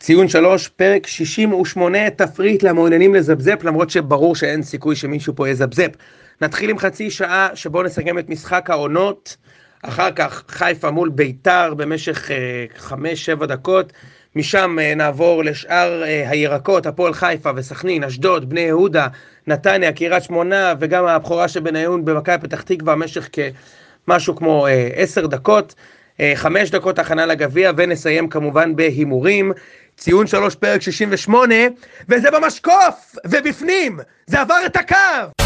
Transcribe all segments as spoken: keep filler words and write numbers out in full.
ציון שלוש, פרק שישים ושמונה, תפריט למעוניינים לזבזפ, למרות שברור שאין סיכוי שמישהו פה יזבזפ. נתחיל עם חצי שעה שבו נסיים את משחק העונות, אחר כך חיפה מול ביתר במשך חמש שבע דקות, משם uh, נעבור לשאר uh, הירקות, הפועל חיפה וסכנין, אשדוד, בני יהודה, נתניה, קריית שמונה, וגם הבכורה שבניון במכבי פתח תקווה במשך כמשהו כמו עשר uh, דקות, uh, חמש דקות הכנה לגביע, ונסיים כמובן בהימורים. ציון שלוש, פרק שישים ושמונה, וזה במשקוף, ובפנים, זה עבר את הקו!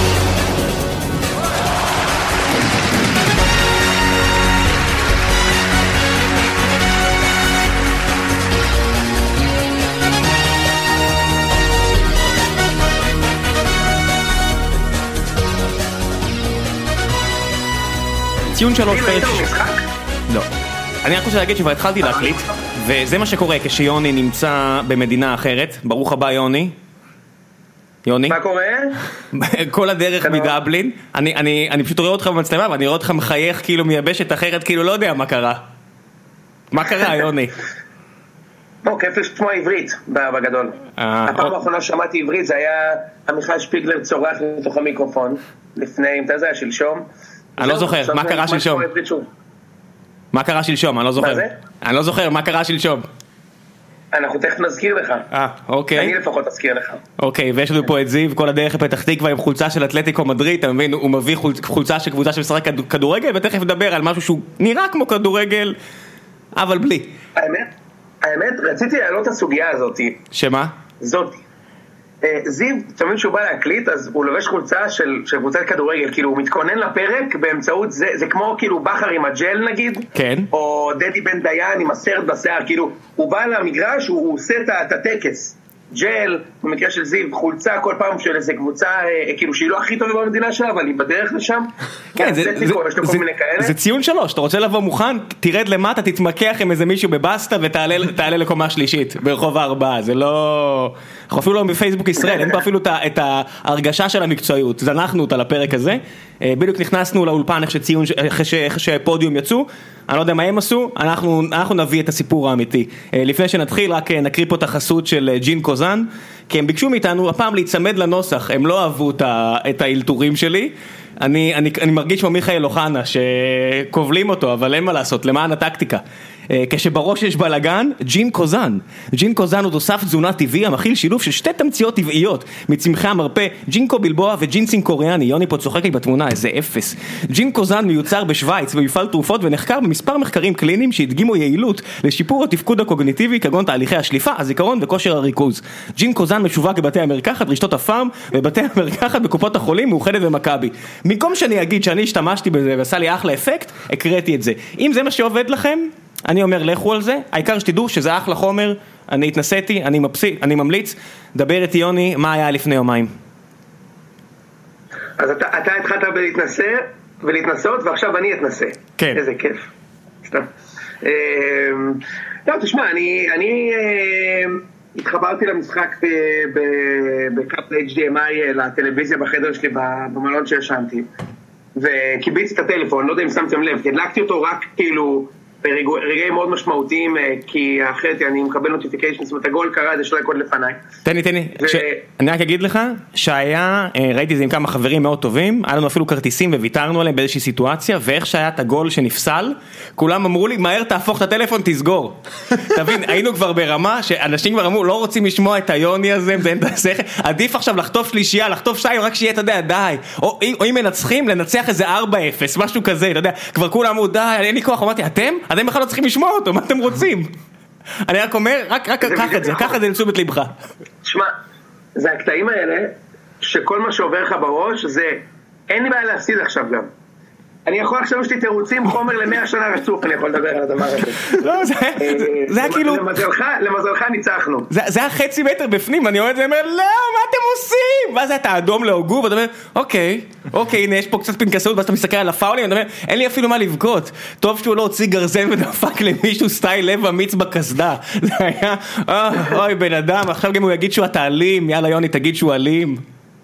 ציון שלוש פרק... לא. אני רק רוצה להגיד שכבר התחלתי להקליט, וזה מה שקורה כשיוני נמצא במדינה אחרת. ברוך הבא יוני. יוני. מה קורה? כל הדרך מדבלין. אני, אני, אני פשוט רואה אותך במצלמה, ואני רואה אותך מחייך כאילו מייבשת אחרת, כאילו לא יודע מה קרה. מה קרה יוני? בוא, כיף לשמוע עברית בגדול. הפעם האחרונה שמעתי עברית, זה היה עמיחי שפיגלר צורח לתוך המיקרופון, לפני, אם אתה יודע, שלשום. אני לא זוכר, מה קרה שלשום? מה קרה שלשום? אני לא זוכר. אני לא זוכר, מה קרה שלשום? אנחנו תכף נזכיר לך. אה, אוקיי. אני לפחות אזכיר לך. אוקיי, ויש לנו פה את זיו, כל הדרך לפתח תקווה עם חולצה של אתלטיקו מדריד, אתה מבין? הוא מביא חולצה של קבוצה שמשחק כדורגל, ותכף נדבר על משהו שהוא נראה כמו כדורגל, אבל בלי. האמת, האמת, רציתי להעלות את הסוגיה הזאת. שמה? זאת. זיו, תמיד שהוא בא להקליט, אז הוא לובש חולצה של, של קבוצת כדורגל, כאילו הוא מתכונן לפרק באמצעות זה, זה כמו כאילו בחר עם הג'ל נגיד, כן. או דדי בן דיין עם הסרט בשיער, כאילו הוא בא למגרש, הוא, הוא עושה את הטקס, ג'ל, במקרה של זיו, חולצה כל פעם של איזה קבוצה, כאילו שהיא לא הכי טובה במדינה שלה, אבל היא בדרך לשם. כן, זה, זה, זה, זה ציון שלוש, אתה רוצה לבוא מוכן, תרד למטה, תתמקח עם איזה מישהו בבסטה, ותעלה לקומה שלישית, ברחוב הארבעה, זה לא... אנחנו אפילו לא בפייסבוק ישראל, אין פה אפילו את ההרגשה של המקצועיות, זנחנו אותה לפרק הזה, בדיוק נכנסנו לאולפן איך שפודיום יצאו, אני לא יודע מה הם עשו, אנחנו, אנחנו נביא את הסיפור האמיתי. לפני שנתחיל, רק נקריא פה את החסות של ג'ין קוזן, כי הם ביקשו מאיתנו הפעם להצמד לנוסח, הם לא אהבו את האלתורים שלי, אני, אני, אני מרגיש כמו מיכאל אוחנה שקובלים אותו, אבל אין מה לעשות, למען הטקטיקה. כשבראש יש בלגן, ג'ין קוזן. ג'ין קוזן הוא תוסף תזונה טבעי המכיל שילוב של שתי תמציות טבעיות מצמחי המרפא, ג'ינקו בלבוע וג'ינסין קוריאני. יוני פה צוחק לי בתמונה, איזה אפס. ג'ין קוזן מיוצר בשוויץ במפעל תרופות ונחקר במספר מחקרים קליניים שהדגימו יעילות לשיפור התפקוד הקוגניטיבי כגון תהליכי השליפה, הזיכרון וכושר הריכוז. ג'ין קוזן משווק בבתי המרקחת, רשתות הפארם ובתי המרקחת בקופות החולים מאוחדת ומכבי. במקום שאני אגיד שאני השתמשתי בזה ועשה לי אחלה אפקט, הקראתי את זה. אם זה מה שעובד לכם, אני אומר לכו על זה, העיקר שתדעו שזה אחלה חומר, אני התנסיתי, אני מפסיק, אני ממליץ, דבר איתי יוני, מה היה לפני יומיים? אז אתה, אתה התחלת בלהתנסה, ולהתנסות, ועכשיו אני אתנסה. כן. איזה כיף. סתם. לא, תשמע, אני, אני התחברתי למשחק בקאפ אייץ' די אם איי לטלוויזיה בחדר שלי במלון שישנתי, וקיביץ את הטלפון, לא יודע אם שמתם לב, הדלקתי אותו רק כאילו, ברגעים מאוד משמעותיים, כי אחרת אני מקבל נוטיפיקיישן, זאת אומרת, הגול קרה, זה שתי דקות לפניי. תן לי, תן לי, אני רק אגיד לך, שהיה, ראיתי זה עם כמה חברים מאוד טובים, היה לנו אפילו כרטיסים וויתרנו עליהם באיזושהי סיטואציה, ואיך שהיה את הגול שנפסל, כולם אמרו לי, מהר תהפוך את הטלפון, תסגור. תבין, היינו כבר ברמה, שאנשים כבר אמרו, לא רוצים לשמוע את היוני הזה, עדיף עכשיו לחטוף שלישייה, לחטוף שתיים, רק שיהיה, אתה יודע, די. או אם מנצחים, לנצח איזה ארבע אפס, משהו כזה, אתה יודע, כבר כולם אמרו, די, אין לי כוח, אמרתי, אתם? אתם בכלל לא צריכים לשמוע אותו, מה אתם רוצים? אני רק אומר, רק, רק, קח את זה, קח את זה לתשומת לבך. תשמע, זה הקטעים האלה, שכל מה שעובר לך בראש, זה, אין לי בעיה להפסיד עכשיו גם. אני יכול עכשיו יש לי תירוצים חומר למאה שנה רצוף, אני יכול לדבר על הדבר הזה. לא, זה היה כאילו... למזלך ניצחנו. זה היה חצי מטר בפנים, אני אומר את זה, אומר, לא, מה אתם עושים? ואז אתה אדום להוגו, ואתה אומר, אוקיי, אוקיי, הנה, יש פה קצת פנקסות, ואז אתה מסתכל על הפאולים, ואתה אומר, אין לי אפילו מה לבכות. טוב שהוא לא הוציא גרזן ודפק למישהו סטייל לב אמיץ בכסדה. זה היה, אוי, בן אדם, עכשיו גם הוא יגיד שהוא אתה אלים, יאללה יוני, תגיד שהוא אלים.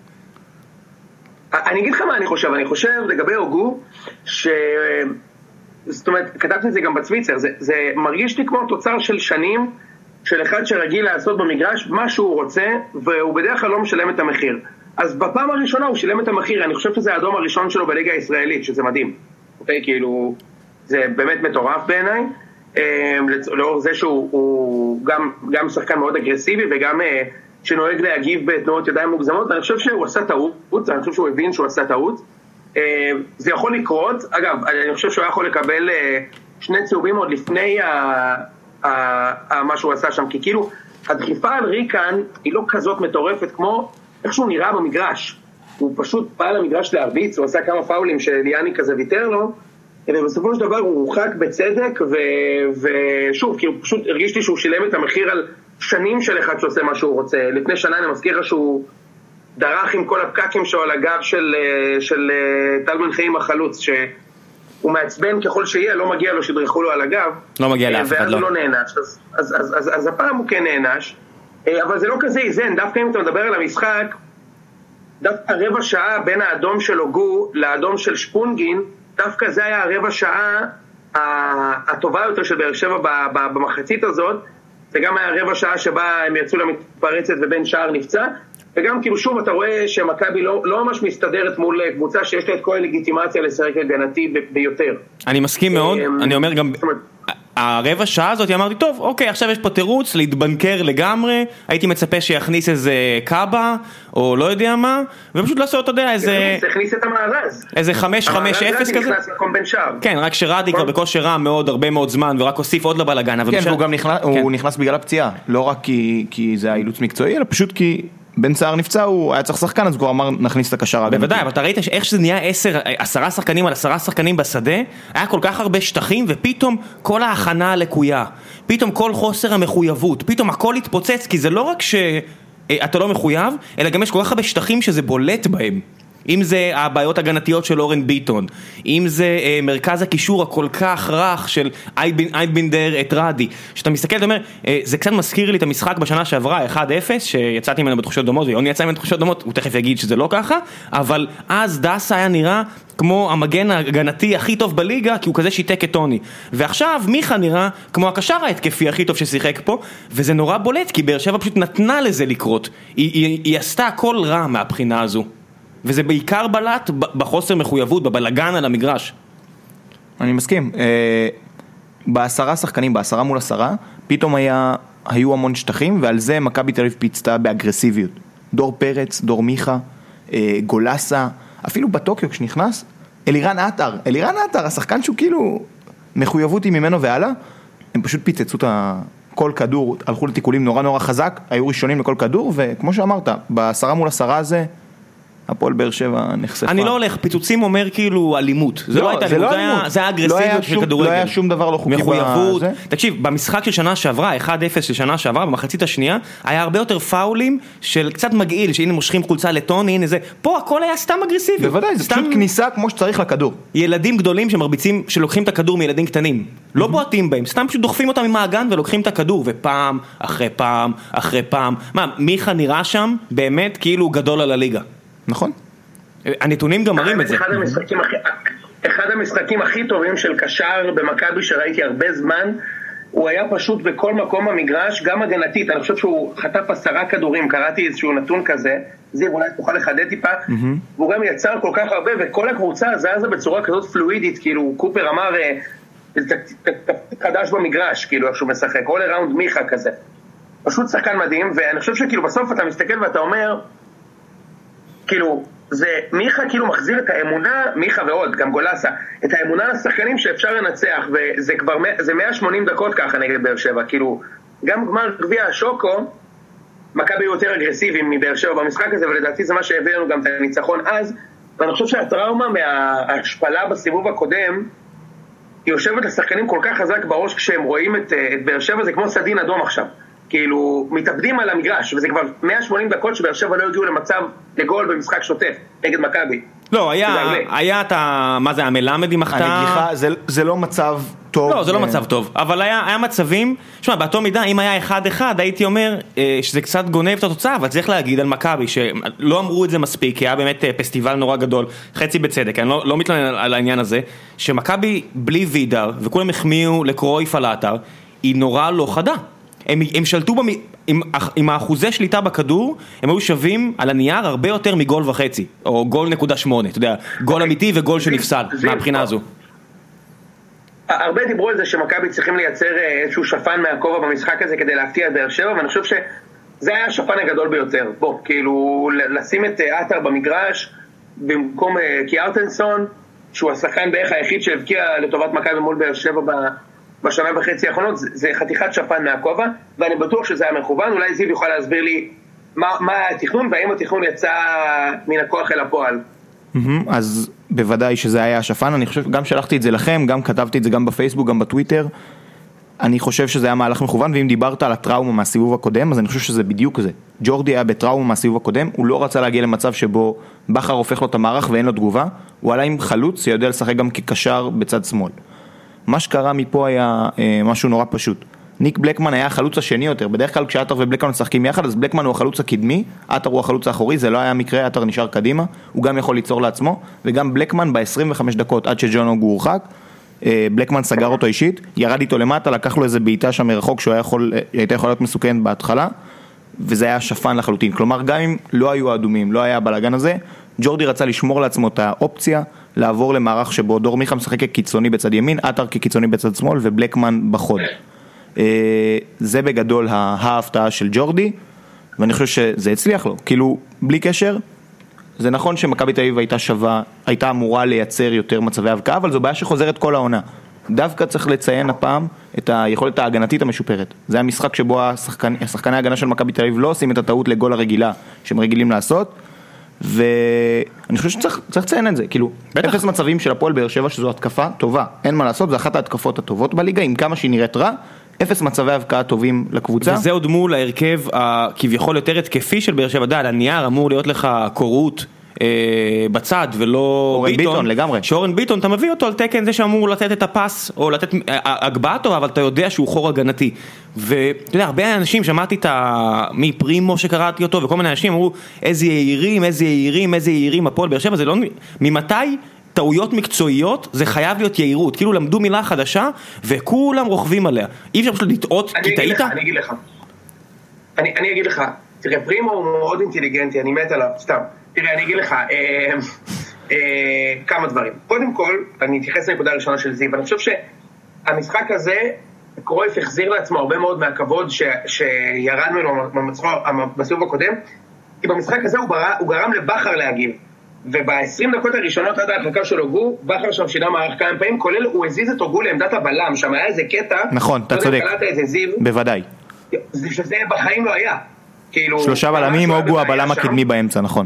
אני אגיד לך מה אני חושב, אני חושב לגבי הוגו, ש... זאת אומרת, כתבתי את זה גם בצוויצר, זה, זה מרגיש לי כמו תוצר של שנים של אחד שרגיל לעשות במגרש מה שהוא רוצה, והוא בדרך כלל לא משלם את המחיר. אז בפעם הראשונה הוא שילם את המחיר, אני חושב שזה האדום הראשון שלו בליגה הישראלית, שזה מדהים. אוקיי, כאילו, זה באמת מטורף בעיניי, לאור זה שהוא גם, גם שחקן מאוד אגרסיבי, וגם שנוהג להגיב בתנועות ידיים מוגזמות, אני חושב שהוא עשה טעות, אני חושב שהוא הבין שהוא עשה טעות. זה יכול לקרות, אגב, אני חושב שהוא יכול לקבל שני צהובים עוד לפני מה שהוא עשה שם, כי כאילו, הדחיפה על ריקן היא לא כזאת מטורפת כמו איך שהוא נראה במגרש. הוא פשוט בא למגרש להרביץ, הוא עשה כמה פאולים שליאני כזה ויתר לו, ובסופו של דבר הוא הורחק בצדק, ו... ושוב, כי הוא פשוט הרגיש לי שהוא שילם את המחיר על שנים של אחד שעושה מה שהוא רוצה. לפני שנה אני מזכיר לך שהוא דרך עם כל הפקקים שלו על הגב של, של טל בן חיים החלוץ, שהוא מעצבן ככל שיהיה, לא מגיע לו שדרכו לו על הגב. לא מגיע לאף אחד, לא. ואז הוא לא נענש, אז, אז, אז, אז, אז הפעם הוא כן נענש, אבל זה לא כזה איזן, דווקא אם אתה מדבר על המשחק, דווקא רבע שעה בין האדום של אוגו לאדום של שפונגין, דווקא זה היה הרבע שעה הטובה יותר של באר שבע במחצית הזאת, זה גם היה רבע שעה שבה הם יצאו למתפרצת ובן שער נפצע, וגם כאילו שוב אתה רואה שמכבי לא, לא ממש מסתדרת מול קבוצה שיש לה את כל הלגיטימציה לשחק הגנתי ביותר. אני מסכים מאוד, אני אומר גם... הרבע שעה הזאת אמרתי, טוב, אוקיי, עכשיו יש פה תירוץ להתבנקר לגמרי, הייתי מצפה שיכניס איזה קאבה, או לא יודע מה, ופשוט לעשות, אתה יודע, איזה... הכניס את המארז. איזה חמש חמש אפס כזה. כן, רק שרדי כבר בכושר רע מאוד, הרבה מאוד זמן, ורק הוסיף עוד לבלגן. כן, והוא גם נכנס בגלל הפציעה, לא רק כי זה האילוץ מקצועי, אלא פשוט כי... בן סער נפצע, הוא היה צריך שחקן, אז הוא אמר, נכניס את הקשר ההגנתי. בוודאי, אבל אתה ראית איך שזה נהיה עשר, עשרה שחקנים על עשרה שחקנים בשדה, היה כל כך הרבה שטחים, ופתאום כל ההכנה הלקויה, פתאום כל חוסר המחויבות, פתאום הכל התפוצץ, כי זה לא רק שאתה לא מחויב, אלא גם יש כל כך הרבה שטחים שזה בולט בהם. אם זה הבעיות הגנתיות של אורן ביטון, אם זה אה, מרכז הקישור הכל כך רך של אייבינדר את רדי, שאתה מסתכל, אתה אומר, אה, זה קצת מזכיר לי את המשחק בשנה שעברה, אחד אפס, שיצאתי ממנו בתחושות דומות, ויוני יצא ממנו בתחושות דומות, הוא תכף יגיד שזה לא ככה, אבל אז דסה היה נראה כמו המגן הגנתי הכי טוב בליגה, כי הוא כזה שיתק את טוני. ועכשיו מיכה נראה כמו הקשר ההתקפי הכי טוב ששיחק פה, וזה נורא בולט, כי באר שבע פשוט נתנה לזה לקרות. היא, היא, היא עשתה הכל רע מהבחינה הזו. וזה בעיקר בלט בחוסר מחויבות, בבלגן על המגרש. אני מסכים. בעשרה שחקנים, בעשרה מול עשרה, פתאום היה, היו המון שטחים, ועל זה מכבי תל אביב פיצתה באגרסיביות. דור פרץ, דור מיכה, גולסה, אפילו בטוקיו כשנכנס, אלירן עטר, אלירן עטר, השחקן שהוא כאילו מחויבות היא ממנו ועלה, הם פשוט פיצצו את כל כדור, הלכו לתיקולים נורא נורא חזק, היו ראשונים לכל כדור, וכמו שאמרת, בעשרה מול עשרה הזה, הפועל באר שבע נחשפה. אני לא הולך, פיצוצים אומר כאילו אלימות. זה לא הייתה אלימות, זה היה אגרסיביות של כדורגל. לא היה שום דבר לא חוקי. מחויבות. תקשיב, במשחק של שנה שעברה, אחד אפס של שנה שעברה, במחצית השנייה, היה הרבה יותר פאולים של קצת מגעיל, שהנה מושכים חולצה לטוני, הנה זה. פה הכל היה סתם אגרסיבי. בוודאי, זה פשוט כניסה כמו שצריך לכדור. ילדים גדולים שמרביצים, שלוקחים את הכדור מילדים קטנים. לא בועטים בהם, סתם פשוט דוחפים אותם עם האגן ולוקחים את הכדור, ופעם אחרי פעם אחרי פעם. מה, מיכה נראה שם באמת כאילו גדול על הליגה. נכון. הנתונים גם מראים את זה. אחד המשחקים הכי, אחד המשחקים הכי טובים של קשר במכבי שראיתי הרבה זמן, הוא היה פשוט בכל מקום במגרש, גם הגנתית, אני חושב שהוא חטף עשרה כדורים, קראתי איזשהו נתון כזה, זיו אולי תוכל לחדד טיפה, והוא גם יצר כל כך הרבה, וכל הקבוצה זזה בצורה כזאת פלואידית, כאילו קופר אמר, זה חדש במגרש, כאילו איך שהוא משחק, all around מיכה כזה. פשוט שחקן מדהים, ואני חושב שכאילו בסוף אתה מסתכל ואתה אומר, כאילו, זה מיכה כאילו מחזיר את האמונה, מיכה ועוד, גם גולסה, את האמונה לשחקנים שאפשר לנצח, וזה כבר, זה מאה ושמונים דקות ככה נגד באר שבע, כאילו, גם גמר גביע השוקו, מכבי יותר אגרסיביים מבאר שבע במשחק הזה, ולדעתי זה מה שהביא לנו גם את הניצחון אז, ואני חושב שהטראומה מההשפלה בסיבוב הקודם, היא יושבת לשחקנים כל כך חזק בראש כשהם רואים את, את באר שבע, זה כמו סדין אדום עכשיו. כאילו, מתאבדים על המגרש, וזה כבר מאה ושמונים דקות שבאר שבע לא הגיעו למצב לגול במשחק שוטף, נגד מכבי. לא, היה, היה את ה... מה זה, המלמד עם החטא? הנגיחה, זה, זה לא מצב טוב. לא, זה לא מצב טוב, אבל היה, היה מצבים, שמה, באותו מידה, אם היה אחד אחד, הייתי אומר שזה קצת גונב את התוצאה, אבל צריך להגיד על מכבי, שלא אמרו את זה מספיק, כי היה באמת פסטיבל נורא גדול, חצי בצדק, אני לא, לא מתלונן על, על העניין הזה, שמכבי בלי וידר, וכולם החמיאו לקרויף על האתר, היא נורא לא חדה. הם, הם שלטו במ... עם, עם האחוזי שליטה בכדור, הם היו שווים על הנייר הרבה יותר מגול וחצי, או גול נקודה שמונה, אתה יודע, גול אמיתי וגול שנפסל, מהבחינה הזו. הרבה דיברו על זה שמכבי צריכים לייצר איזשהו שפן מהכובע במשחק הזה כדי להפתיע את באר שבע, ואני חושב שזה היה השפן הגדול ביותר. בוא, כאילו, לשים את עטר במגרש במקום קיארטנסון, שהוא השחקן בערך היחיד שהבקיע לטובת מכבי מול באר שבע בשנה וחצי האחרונות, זה חתיכת שפן מהכובע, ואני בטוח שזה היה מכוון. אולי זיו יוכל להסביר לי מה, מה היה התכנון, והאם התכנון יצא מן הכוח אל הפועל. אז בוודאי שזה היה השפן, אני חושב, גם שלחתי את זה לכם, גם כתבתי את זה גם בפייסבוק, גם בטוויטר, אני חושב שזה היה מהלך מכוון, ואם דיברת על הטראומה מהסיבוב הקודם, אז אני חושב שזה בדיוק זה. ג'ורדי היה בטראומה מהסיבוב הקודם, הוא לא רצה להגיע למצב שבו בכר הופך לו את המערך ואין לו תגובה, הוא עלה עם חלוץ, שיודע לשחק גם כקשר בצד שמאל. מה שקרה מפה היה אה, משהו נורא פשוט. ניק בלקמן היה החלוץ השני יותר, בדרך כלל כשאטר ובלקמן משחקים יחד, אז בלקמן הוא החלוץ הקדמי, אטר הוא החלוץ האחורי, זה לא היה מקרה, אטר נשאר קדימה, הוא גם יכול ליצור לעצמו, וגם בלקמן ב-עשרים וחמש דקות עד שג'ון אוגו הורחק, בלקמן סגר אותו אישית, ירד איתו למטה, לקח לו איזה בעיטה שם מרחוק שהוא היה יכול, הייתה יכול להיות מסוכן בהתחלה, וזה היה שפן לחלוטין. כלומר, גם אם לא היו האדומים, לא היה הבלגן הזה, ג'ורדי רצה לשמור לעצמו את האופציה, לעבור למערך שבו דור מיכה משחק כקיצוני בצד ימין, אטר כקיצוני בצד שמאל, ובלקמן בחוד. זה בגדול ההפתעה של ג'ורדי, ואני חושב שזה הצליח לו. כאילו, בלי קשר, זה נכון שמכבי תל אביב הייתה שווה, הייתה אמורה לייצר יותר מצבי הבקעה, אבל זו בעיה שחוזרת כל העונה. דווקא צריך לציין הפעם את היכולת ההגנתית המשופרת. זה המשחק שבו השחקני, השחקני ההגנה של מכבי תל אביב לא עושים את הטעות לגול הרגילה שהם רגילים לעשות, ואני חושב שצריך לציין את זה. כאילו, אפס מצבים של הפועל באר שבע שזו התקפה טובה, אין מה לעשות, זו אחת ההתקפות הטובות בליגה, עם כמה שהיא נראית רע, אפס מצבי הבקעה טובים לקבוצה. וזה עוד מול ההרכב הכביכול יותר התקפי של באר שבע, דה, על הנייר אמור להיות לך קורות בצד ולא אורן ביטון, ביטון לגמרי. שאורן ביטון, אתה מביא אותו על תקן זה שאמור לתת את הפס או לתת הגבהה טובה, אבל אתה יודע שהוא חור הגנתי. ואתה יודע, הרבה אנשים, שמעתי את מפרימו שקראתי אותו, וכל מיני אנשים אמרו איזה יעירים, איזה יעירים, איזה יעירים הפועל באר שבע, זה לא ממתי טעויות מקצועיות, זה חייב להיות יעירות, כאילו למדו מילה חדשה וכולם רוכבים עליה. אי אפשר פשוט לטעות כי טעית? אני אגיד לך, אני, אני אגיד לך, תראה, פרימו הוא מאוד אינטליגנטי, אני מת עליו, סתם. תראה, אני אגיד לך אה, אה, כמה דברים. קודם כל, אני אתייחס לנקודה הראשונה של זיו, אני חושב שהמשחק הזה, קרויף החזיר לעצמו הרבה מאוד מהכבוד ש, שירד ממנו בסיבוב הקודם, כי במשחק הזה הוא, ברא, הוא גרם לבחר להגיב. וב-עשרים דקות הראשונות עד ההרחקה של אוגו, בכר שם שינה מערך כמה פעמים, כולל הוא הזיז את אוגו לעמדת הבלם, שם היה איזה קטע, נכון, אתה צודק, בוודאי. שזה בחיים לא היה. שלושה בלמים, אוגו הבלם הקדמי באמצע, נכון.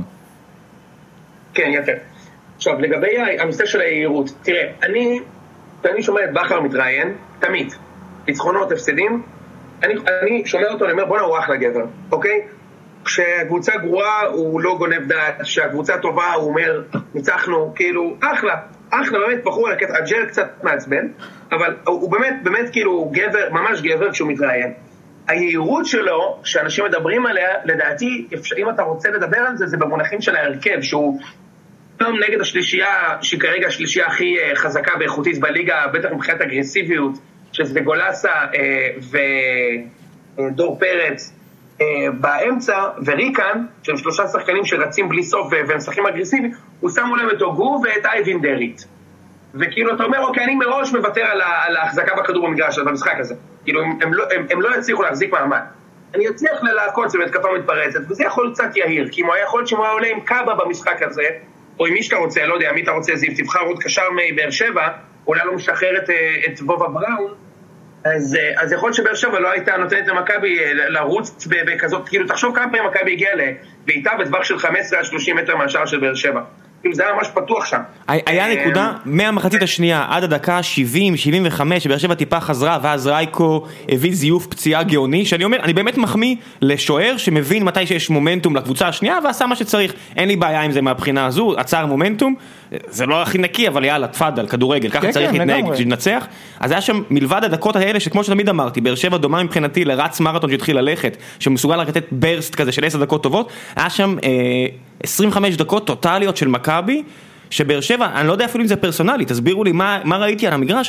כן, יפה. עכשיו, לגבי הנושא של היעירות, תראה, אני, אני שומע את בכר מתראיין, תמיד, ניצחונות, הפסדים, אני, אני שומע אותו, אני אומר, בוא נערוך לגבר, אוקיי? כשהקבוצה גרועה הוא לא גונב דעת, כשהקבוצה טובה הוא אומר, ניצחנו, כאילו, אחלה, אחלה, באמת בחור, הג'ר קצת מעצבן, אבל הוא באמת, באמת כאילו גבר, ממש גבר כשהוא מתראיין. היעירות שלו, שאנשים מדברים עליה, לדעתי, אם אתה רוצה לדבר על זה, זה במונחים של ההרכב, שהוא פעם נגד השלישייה, שהיא כרגע השלישייה הכי חזקה ואיכותית בליגה, בטח מבחינת אגרסיביות, שזה גולסה ודור פרץ, באמצע, וריקן, שהם שלושה שחקנים שרצים בלי סוף ומשחקים אגרסיבי, הוא שם מולם את אוגו ואת אייבין דרית. וכאילו אתה אומר, אוקיי, אני מראש מוותר על ההחזקה בכדור במגרש, במשחק הזה. כאילו, הם, הם, לא, הם, הם לא יצליחו להחזיק מעמד. אני אצליח ללהקות, זה בהתקפה מתפרצת, וזה יכול להיות יהיר, כי אם הוא יכול להיות שהוא עולה עם קאבה במשחק הזה, או עם מי שאתה רוצה, לא יודע, מי אתה רוצה, זיו, תבחר עוד קשר מבאר שבע, אולי לא משחרר את, את וובה בראון, אז, אז יכול להיות שבאר שבע לא הייתה נותנת למכבי לרוץ בכזאת, כאילו תחשוב כמה פעמים מכבי הגיעה לבעיטה בטווח של חמש עשרה עד שלושים מטר מהשאר של באר שבע. זה היה ממש פתוח שם. היה נקודה מהמחצית השנייה עד הדקה שבעים שבעים וחמש, באר שבע טיפה חזרה, ואז רייקו הביא זיוף פציעה גאוני, שאני אומר, אני באמת מחמיא לשוער שמבין מתי שיש מומנטום לקבוצה השנייה, ועשה מה שצריך. אין לי בעיה עם זה מהבחינה הזו, עצר מומנטום, זה לא הכי נקי, אבל יאללה, תפדל, כדורגל, ככה צריך להתנהג בשביל לנצח. אז היה שם מלבד הדקות האלה, שכמו שתמיד אמרתי, באר שבע דומה מבחינתי לרץ מרתון שהתחיל ללכת, שמסוגל לתת ברסט כזה של עשר דקות טובות. היה שם עשרים וחמש דקות טוטליות של מכבי, שבאר שבע, אני לא יודע אפילו אם זה פרסונלי, תסבירו לי מה, מה ראיתי על המגרש,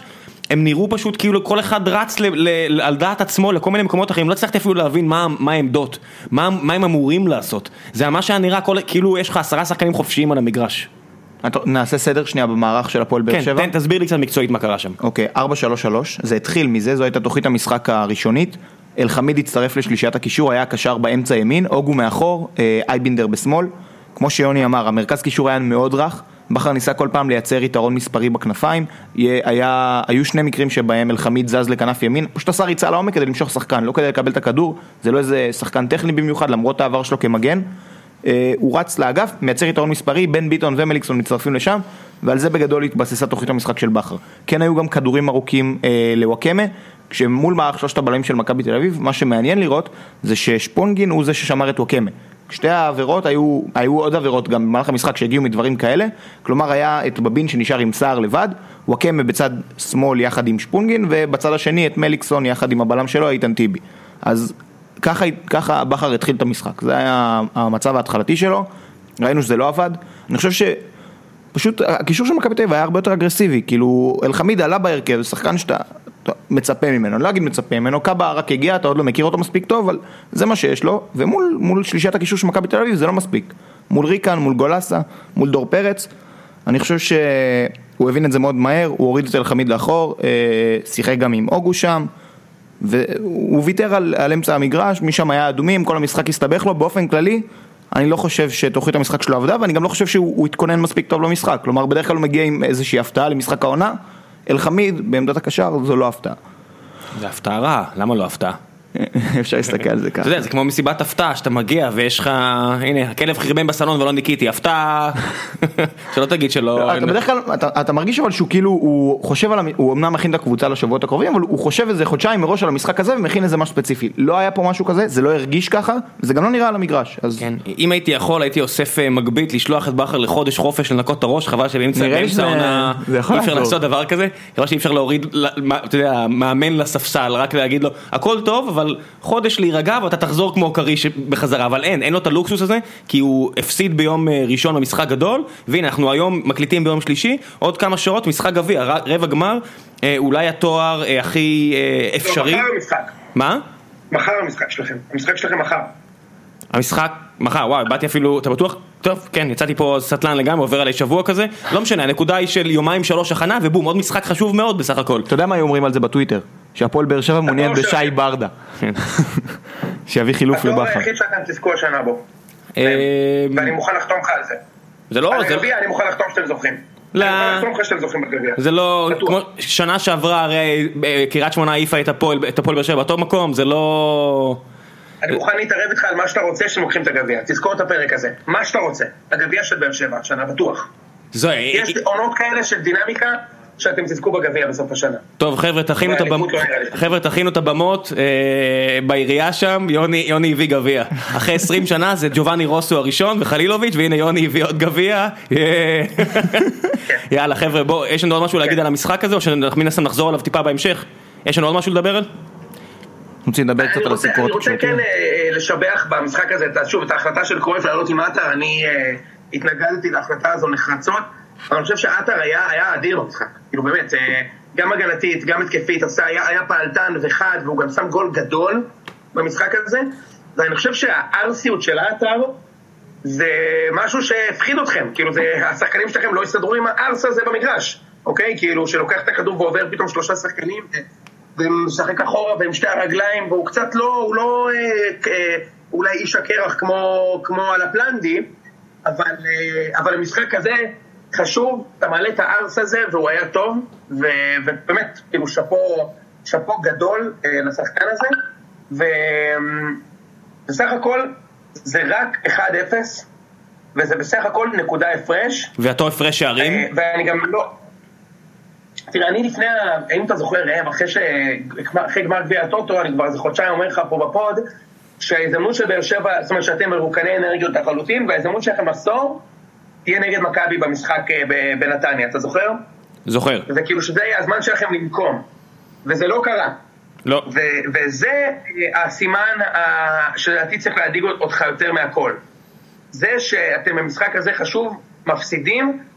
הם נראו פשוט כאילו כל אחד רץ ל, ל, על דעת עצמו לכל מיני מקומות אחרים, לא הצלחתי אפילו להבין מה, מה העמדות, מה, מה הם אמורים לעשות. זה ממש היה נראה כל, כאילו יש לך עשרה שחקנים חופשיים על המגרש. נעשה סדר שנייה במערך של הפועל באר שבע. כן, תסביר לי קצת מקצועית מה קרה שם. אוקיי, ארבע שלוש שלוש, זה התחיל מזה, זו הייתה תוכנית המשחק הראשונית, אלחמיד הצטרף לשלישיית הקישור, היה קשר באמצע ימין, אוגו מאחור, אייבינדר בשמאל, כמו שיוני אמר, המרכז קישור היה מאוד רך, בכר ניסה כל פעם לייצר יתרון מספרי בכנפיים, היה, היו שני מקרים שבהם אלחמיד זז לכנף ימין, פשוט עשה ריצה לעומק כדי למשוך שחקן, לא כדי לקבל את הכדור, זה לא איזה שחקן טכני במיוחד, למרות העבר שלו כמגן, הוא רץ לאגף, מייצר יתרון מספרי, בן ביטון ומליקסון מצטרפים לשם, ועל זה בגדול התבססה תוכנית המשחק של בכר. כן היו גם כדורים ארוכים אה, לוואקמה, כשמול מערך שלושת הבלמים של מכבי תל אביב, מה שמעניין לראות זה ששפונגין הוא זה ששמר את וואקמה. שתי העבירות היו, היו עוד עבירות גם במהלך המשחק שהגיעו מדברים כאלה, כלומר היה את בבין שנשאר עם סער לבד, וואקמה בצד שמאל יחד עם שפונגין, ובצד השני את מליקסון יחד עם הבלם שלו, איתן טיבי. אז ככה, ככה בכר התחיל את המשחק, זה היה המצב ההתחלתי שלו, ראינו שזה לא עבד, אני חושב שפשוט הקישור של מכבי תל אביב היה הרבה יותר אגרסיבי, כאילו אלחמיד עלה בהרכב, שחקן שאתה מצפה ממנו, לא אגיד מצפה ממנו, קאבה רק הגיע, אתה עוד לא מכיר אותו מספיק טוב, אבל זה מה שיש לו, ומול מול שלישיית הקישור של מכבי תל אביב זה לא מספיק, מול ריקן, מול גולסה, מול דור פרץ, אני חושב שהוא הבין את זה מאוד מהר, הוא הוריד את אלחמיד לאחור, שיחק גם עם אוגו שם, והוא ויתר על, על אמצע המגרש, משם היה אדומים, כל המשחק הסתבך לו, באופן כללי, אני לא חושב שתוכנית המשחק שלו עבדה, ואני גם לא חושב שהוא התכונן מספיק טוב למשחק, כלומר בדרך כלל הוא מגיע עם איזושהי הפתעה למשחק העונה, אלחמיד בעמדת הקשר זו לא הפתעה. זה הפתעה רע, למה לא הפתעה? אפשר להסתכל על זה ככה. אתה יודע, זה כמו מסיבת הפתעה, שאתה מגיע ויש לך, הנה, הכלב חרבן בסלון ולא ניקיתי, הפתעה, שלא תגיד שלא... בדרך כלל, אתה מרגיש אבל שהוא כאילו, הוא חושב על, הוא אמנם מכין את הקבוצה לשבועות הקרובים, אבל הוא חושב איזה חודשיים מראש על המשחק הזה ומכין איזה משהו ספציפי. לא היה פה משהו כזה, זה לא הרגיש ככה, זה גם לא נראה על המגרש. כן, אם הייתי יכול, הייתי אוסף מגבית לשלוח את בכר לחודש חופש לנקות את הראש, חבל שבאמצע העונה אי אפשר לעשות דבר כזה, חבל שאי אפשר להוריד, אתה יודע, מאמן לספסל, רק להגיד לו, הכל טוב, אבל חודש להירגע ואתה תחזור כמו קריש בחזרה, אבל אין, אין לו את הלוקסוס הזה, כי הוא הפסיד ביום ראשון במשחק גדול, והנה אנחנו היום מקליטים ביום שלישי, עוד כמה שעות משחק גביע, רבע גמר, אולי התואר הכי אפשרי. מחר המשחק. מה? מחר המשחק שלכם, המשחק שלכם מחר. המשחק, מחר, וואו, באתי אפילו, אתה בטוח? טוב, כן, יצאתי פה סטלן לגמרי, עובר עלי שבוע כזה, לא משנה, הנקודה היא של יומיים שלוש הכנה, ובום, עוד משחק חשוב מאוד בסך הכל. אתה יודע מה אומרים על זה בטוויטר? שהפועל באר שבע מעוניין בשי ברדה. שיביא חילוף לבכר. התואר היחיד שאתם תזכו השנה בו. ואני מוכן לחתום לך על זה. זה לא... על הגביע אני מוכן לחתום שאתם זוכים. אני מוכן לחתום לך שאתם זוכים בגביע. זה לא... כמו שנה שעברה, הרי קריית שמונה העיפה את הפועל באר שבע באותו מקום, זה לא... אני מוכן להתערב איתך על מה שאתה רוצה שהם לוקחים את הגביע. תזכור את הפרק הזה. מה שאתה רוצה. הגביע של באר שבע, שנה בטוח. יש עונות כאלה של דינמיקה שאתם תזכו בגביע בסוף השנה. טוב, חבר'ה, תכינו את הבמות, חבר'ה, תכינו את הבמות בעירייה שם, יוני, יוני הביא גביע. אחרי עשרים שנה זה ג'ובאני רוסו הראשון וחלילוביץ', והנה יוני הביא עוד גביע. יאללה, חבר'ה, בואו, יש לנו עוד משהו להגיד על המשחק הזה, או שמן הסתם נחזור עליו טיפה בהמשך? יש לנו עוד משהו לדבר על? רוצים לדבר קצת על הסיפור. אני רוצה כן לשבח במשחק הזה, שוב, את ההחלטה של קרויף לעלות עם עטר, אני התנגדתי להחלטה הזו נחרצות, אבל אני חושב שעטר היה, היה אדיר במשחק, כאילו באמת, גם הגנתית, גם התקפית, היה, היה פעלתן וחד, והוא גם שם גול גדול במשחק הזה, ואני חושב שהארסיות של עטר זה משהו שהפחיד אתכם, כאילו זה, השחקנים שלכם לא יסתדרו עם הארס הזה במגרש, אוקיי? כאילו שלוקח את הכדור ועובר פתאום שלושה שחקנים, ומשחק אחורה ועם שתי הרגליים, והוא קצת לא, הוא לא אה, אה, אולי איש הקרח כמו, כמו על הפלנדי, אבל, אה, אבל המשחק הזה חשוב, אתה מעלה את הארס הזה, והוא היה טוב, ו, ובאמת, כאילו שפו, שפו גדול אה, לשחקן הזה, ובסך הכל זה רק אחד אפס, וזה בסך הכל נקודה הפרש. ואתו הפרש שערים? אה, ואני גם לא... תראה, אני לפני, האם אתה זוכר, ראם, אחרי, ש... אחרי גמר גביע הטוטו, אני כבר איזה חודשיים אומר לך פה בפוד, שההזדמנות של באר שבע, זאת אומרת שאתם מרוקני אנרגיות לחלוטין, וההזדמנות שלכם עשור, תהיה נגד מכבי במשחק בנתניה, אתה זוכר? זוכר. זה כאילו שזה יהיה הזמן שלכם לנקום, וזה לא קרה. לא. ו- וזה הסימן ה- שלדעתי צריך להדיג אותך יותר מהכל. זה שאתם במשחק הזה חשוב, מפסידים,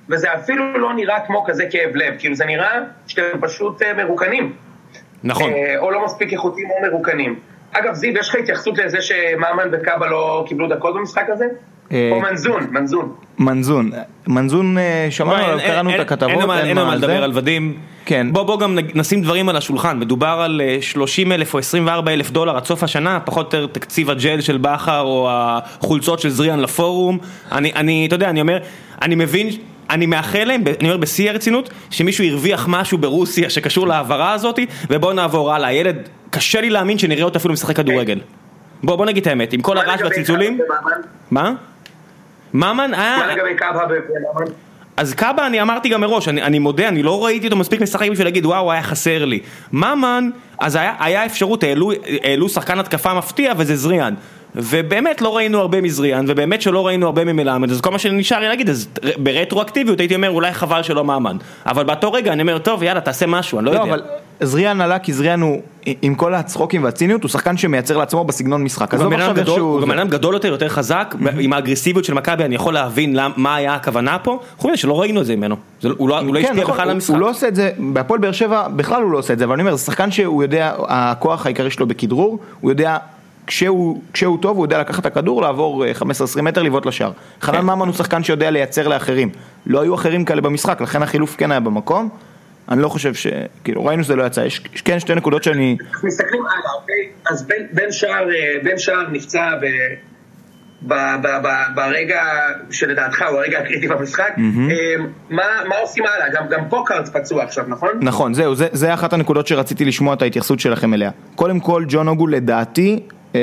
וזה אפילו לא נראה כמו כזה כאב לב, כאילו זה נראה שאתם פשוט מרוקנים. נכון. או לא מספיק איכותיים או מרוקנים. אגב, זיו, יש לך התייחסות לזה שמאמן וקאבה לא קיבלו דקות במשחק הזה? או מנזון, מנזון. מנזון, מנזון שמענו, קראנו את הכתבות. אין מה לדבר על ודים. בוא גם נשים דברים על השולחן, מדובר על שלושים אלף או עשרים וארבעה אלף דולר עד סוף השנה, פחות או יותר תקציב הג'ל של בכר או החולצות של זריאן לפורום. אני, אתה יודע, אני אומר, אני מבין, אני מאחל להם, אני אומר בשיא הרצינות, שמישהו ירוויח משהו ברוסיה שקשור להעברה הזאת, ובואו נעבור הלאה. הילד, קשה לי להאמין שנראה אותו אפילו משחק כדורגל. בוא, בוא נגיד את האמת, עם כל הרעש והצלצולים. מה? מאמן? מה לגבי קאבה במאמן? אז קאבה, אני אמרתי גם מראש, אני, אני מודה, אני לא ראיתי אותו מספיק משחק בשביל להגיד, וואו, היה חסר לי. מאמן, אז היה, היה אפשרות, העלו, העלו שחקן התקפה מפתיע, וזה זריאן. ובאמת לא ראינו הרבה מזריאן, ובאמת שלא ראינו הרבה ממלמד, אז כל מה שנשאר לי להגיד, אז ברטרואקטיביות הייתי אומר, אולי חבל שלא מאמן. אבל באותו רגע אני אומר, טוב, יאללה, תעשה משהו, אני לא, לא יודע. אבל זריאן עלה, כי זריאן הוא, עם כל הצחוקים והציניות, הוא שחקן שמייצר לעצמו בסגנון משחק. הוא גם אדם גדול יותר, יותר חזק, עם האגרסיביות של מכבי, אני יכול להבין מה היה הכוונה פה, חוץ מזה שלא ראינו את זה ממנו. הוא לא השפיע בכלל למשחק. הוא לא עושה את זה, בהפועל באר שבע, בכלל הוא לא עושה את זה, אבל אני אומר, זה שחקן שהוא יודע, הכוח העיקרי שלו בכדרור, הוא יודע כשהוא, כשהוא טוב, הוא יודע לקחת את הכדור, לעבור חמש עשרה עשרים מטר, לבעוט לשער. חנן ממן הוא שחקן שיודע לייצר לאחרים. לא היו אחרים כאלה במשחק, לכן החילוף כן היה במקום. אני לא חושב ש... כאילו, ראינו שזה לא יצא. יש כן שתי נקודות שאני... מסתכלים הלאה, אוקיי? אז בן, בן שער, בן שער נפצע ב... ב, ב, ב, ברגע שלדעתך הוא הרגע הקריטי במשחק. Mm-hmm. מה, מה עושים הלאה? גם, גם פוקארט פצוע עכשיו, נכון? נכון, זהו, זה, זה אחת הנקודות שרציתי לשמוע את ההתייחסות שלכם אליה. קודם כל, ג'ון אוגו לדעתי...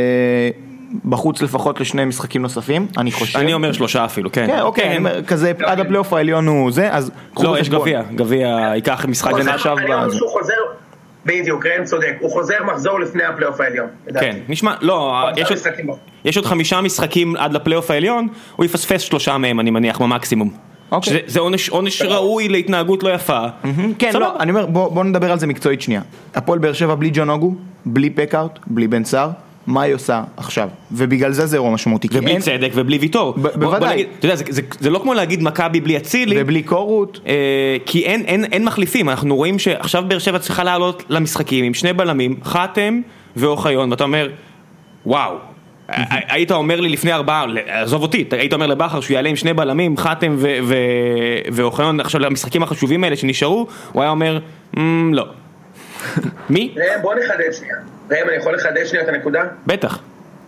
בחוץ לפחות לשני משחקים נוספים, אני חושב. אני אומר שלושה אפילו, כן. כן, אוקיי, כזה עד הפלייאוף העליון הוא זה, אז... לא, יש גביע, גביע, ייקח משחק ונחשב בזה. בדיוק, רן צודק, הוא חוזר מחזור לפני הפלייאוף העליון. כן, נשמע, לא, יש עוד חמישה משחקים עד לפלייאוף העליון, הוא יפספס שלושה מהם, אני מניח, במקסימום. זה עונש ראוי להתנהגות לא יפה. כן, לא, אני אומר, בוא נדבר על זה מקצועית שנייה. הפועל באר שבע בלי ג'ון אוגו, בלי פקארט, בלי בן סער, מה היא עושה עכשיו? ובגלל זה זה אירוע משמעותי. ובלי צדק ובלי ויטור. בוודאי. אתה יודע, זה לא כמו להגיד מכבי בלי אצילי. ובלי קורות. כי אין מחליפים. אנחנו רואים שעכשיו באר שבע צריכה לעלות למשחקים עם שני בלמים, חתם ואוחיון, ואתה אומר, וואו. היית אומר לי לפני ארבעה, עזוב אותי, היית אומר לבחר שהוא יעלה עם שני בלמים, חתם ואוחיון, עכשיו למשחקים החשובים האלה שנשארו, הוא היה אומר, לא. מי? ראם, בוא נחדש שנייה. ראם, אני יכול לחדש שנייה את הנקודה? בטח.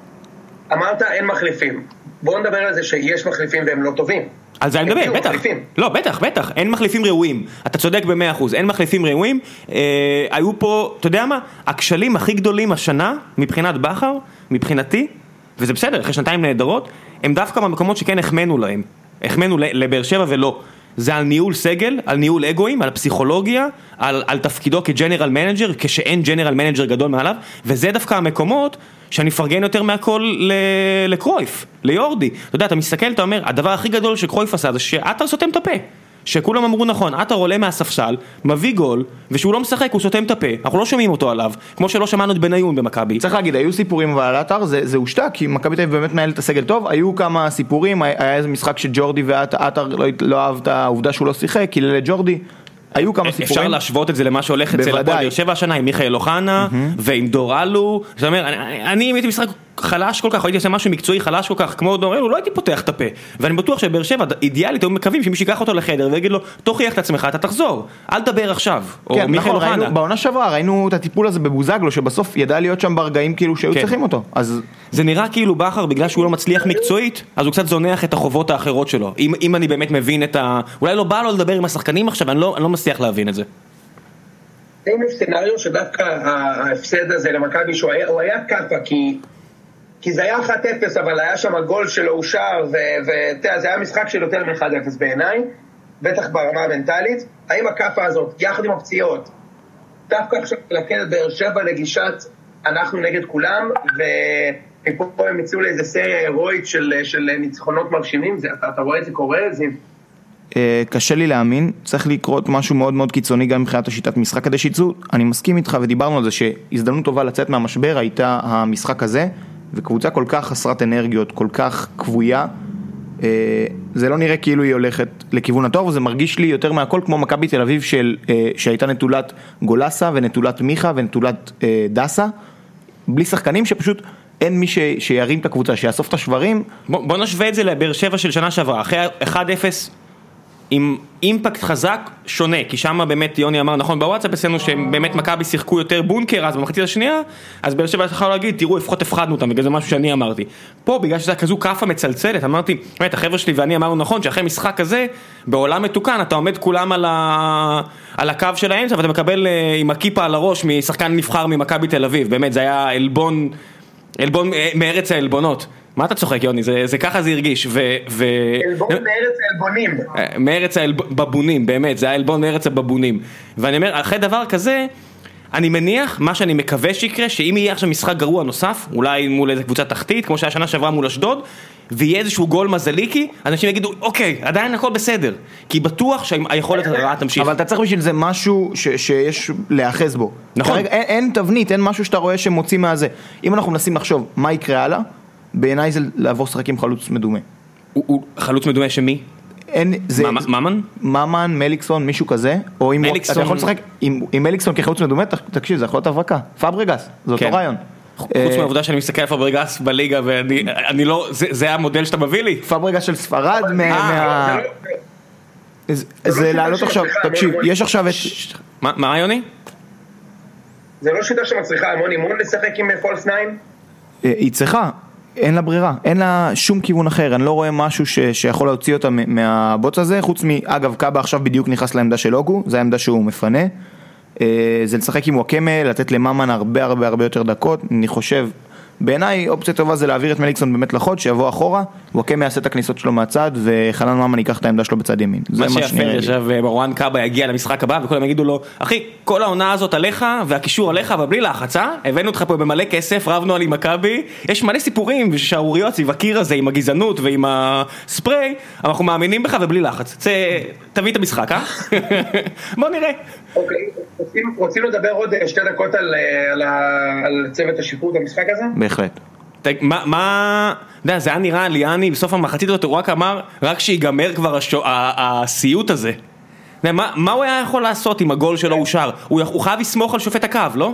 אמרת אין מחליפים. בואו נדבר על זה שיש מחליפים והם לא טובים. על זה אני מדבר, בטח. לא, בטח, בטח. אין מחליפים ראויים. אתה צודק במאה אחוז. אין מחליפים ראויים. היו פה, אתה יודע מה? הכשלים הכי גדולים השנה, מבחינת בכר, מבחינתי, וזה בסדר, אחרי שנתיים נהדרות, הם דווקא במקומות שכן החמנו להם. החמנו לבאר שבע ולא. זה על ניהול סגל, על ניהול אגואים, על פסיכולוגיה, על, על תפקידו כג'נרל מנג'ר, כשאין ג'נרל מנג'ר גדול מעליו, וזה דווקא המקומות שאני פרגן יותר מהכל לקרויף, ליורדי. אתה יודע, אתה מסתכל, אתה אומר, הדבר הכי גדול שקרויף עשה זה שאתה סותם את הפה. שכולם אמרו נכון, אתה עולה מהספסל, מביא גול, ושהוא לא משחק, הוא סותם את הפה, אנחנו לא שומעים אותו עליו, כמו שלא שמענו את בניון במכבי. צריך להגיד, היו סיפורים, אבל עטר זה, זה הושתק, כי מכבי תל אביב באמת מנהל את הסגל טוב, היו כמה סיפורים, היה איזה משחק שג'ורדי ועטר לא, לא אהב את העובדה שהוא לא שיחק, כי לג'ורדי, היו כמה סיפורים. אפשר להשוות את זה למה שהולך אצל הפועל באר שבע השנה, עם מיכאל אוחנה, ועם דור אלו, זאת אומרת, אני הייתי משחק חלש כל כך, הייתי עושה משהו מקצועי חלש כל כך, כמו דור אלו, לא הייתי פותח את הפה, ואני בטוח שבאר שבע, אידיאלית, היו מקווים שמישהו ייקח אותו לחדר, ויגיד לו, תוכיח את עצמך, אתה תחזור, אל תדבר עכשיו, או מיכאל אוחנה. בעונה שעברה, ראינו את הטיפול הזה בבוזגלו, שבסוף ידע להיות שם ברגעים כאילו שהיו צריכים אותו, אז... זה נראה כאילו בכר, בגלל שהוא לא מצליח מקצועית, אז הוא קצת זונח את החובות האחרות שלו. אם, אם אני באמת מבין את ה... אולי לא בא לו לדבר עם השחקנים עכשיו, אני לא, אני לא מצליח להבין את זה. אם יש סצנריו שדווקא ההפסד הזה למכבי, שהוא היה, הוא היה קפה, כי, כי זה היה אחת אפס, אבל היה שם הגול שלו אושר, ותראה, זה היה משחק של יותר מ-אחד אפס בעיניי, בטח ברמה המנטלית. האם הקפה הזאת, יחד עם הפציעות, דווקא עכשיו לקדת באר שבע לגישת אנחנו נגד כולם, ומפה הם יצאו לאיזה סריה הירואית של, של ניצחונות מרשימים, זה, אתה, אתה רואה את זה קורה, זה... קשה לי להאמין, צריך לקרות משהו מאוד מאוד קיצוני גם מבחינת השיטת משחק כדי שיצאו. אני מסכים איתך ודיברנו על זה שהזדמנות טובה לצאת מהמשבר הייתה המשחק הזה, וקבוצה כל כך חסרת אנרגיות, כל כך קבויה, זה לא נראה כאילו היא הולכת לכיוון הטוב, וזה מרגיש לי יותר מהכל כמו מכבי תל אביב של, שהייתה נטולת גולסה ונטולת מיכה ונטולת דסה, בלי שחקנים שפשוט אין מי ש, שירים את הקבוצה, שיאסוף את השברים. בוא, בוא נשווה את זה לבאר שבע של שנה שעברה, אחרי אחד אפס עם אימפקט חזק שונה, כי שם באמת יוני אמר נכון בוואטסאפ אצלנו שבאמת מכבי שיחקו יותר בונקר אז במחצית השנייה, אז באר שבע יכולה להגיד תראו לפחות הפחדנו אותם, בגלל זה משהו שאני אמרתי פה בגלל שזה כזו קפה מצלצלת, אמרתי באמת החבר'ה שלי ואני אמרנו נכון שאחרי משחק כזה בעולם מתוקן אתה עומד כולם על, ה... על הקו של האמצע ואתה מקבל עם הכיפה על הראש משחקן נבחר ממכבי תל אביב, באמת זה היה אלבון, אלבון מארץ האלבונות. מה אתה צוחק יוני? זה, זה ככה זה הרגיש ו... ו... אלבון מארץ האלבונים מארץ הבבונים, באמת, זה היה אלבון מארץ הבבונים ואני אומר, אחרי דבר כזה אני מניח, מה שאני מקווה שיקרה שאם יהיה עכשיו משחק גרוע נוסף אולי מול איזה קבוצה תחתית, כמו שהשנה שעברה מול אשדוד ויהיה איזשהו גול מזליקי, אנשים יגידו אוקיי, עדיין הכל בסדר כי בטוח שהיכולת הרעה תמשיך. אבל אתה צריך בשביל זה משהו ש- שיש להאחז בו. נכון. כרגע, אין, אין תבנית, אין משהו שאתה רואה שמוציא מהזה. אם אנחנו מנסים לחשוב מה יקרה הלאה, בעיניי זה לעבור שחק עם חלוץ מדומה. הוא, הוא חלוץ מדומה שמי? אין, זה, ממן? ממן, מליקסון, מישהו כזה, או אם מליקסון... אתה יכול לשחק עם, עם מליקסון כחלוץ מדומה, תקשיב, זה יכול להיות הברקה. פאברגס, זה אותו כן. רעיון. חוץ מהעובדה שאני מסתכל על פאברגס בליגה ואני אני לא, זה, זה המודל שאתה מביא לי. פאברגס של ספרד מה... זה לעלות עכשיו, תקשיב, יש עכשיו את... מה יוני? זה לא שיטה שמצריכה המון אימון לשחק עם פולס ניין? היא צריכה, אין לה ברירה, אין לה שום כיוון אחר, אני לא רואה משהו ש, שיכול להוציא אותה מהבוץ הזה, חוץ מאגב קאבה עכשיו בדיוק נכנס לעמדה של אוגו, זה העמדה שהוא מפנה, זה לשחק עם וואקמה, לתת למאמן הרבה הרבה הרבה יותר דקות, אני חושב, בעיניי אופציה טובה זה להעביר את מליקסון באמת לחוד, שיבוא אחורה, וואקמה יעשה את הכניסות שלו מהצד, וחנן מאמן ייקח את העמדה שלו בצד ימין. מה שיפה, עכשיו מרואן קאבה יגיע למשחק הבא, וכולם יגידו לו, אחי, כל העונה הזאת עליך, והקישור עליך, אבל בלי לחצה, הבאנו אותך פה במלא כסף, רבנו על עם מכבי, יש מלא סיפורים ושערוריות סביב הקיר הזה, עם הגזענות ועם הספרי, אבל אנחנו מאמינים בך ובלי לחץ. תביא את המשחק, אה? בוא נראה. אוקיי, רוצים לדבר עוד שתי דקות על צוות השיפוט במשחק הזה? בהחלט. מה, מה, אתה יודע, זה היה נראה לי, אני בסוף המחצית הזאת, הוא רק אמר, רק שיגמר כבר הסיוט הזה. מה, מה הוא היה יכול לעשות אם הגול שלו אושר? הוא חייב לסמוך על שופט הקו, לא?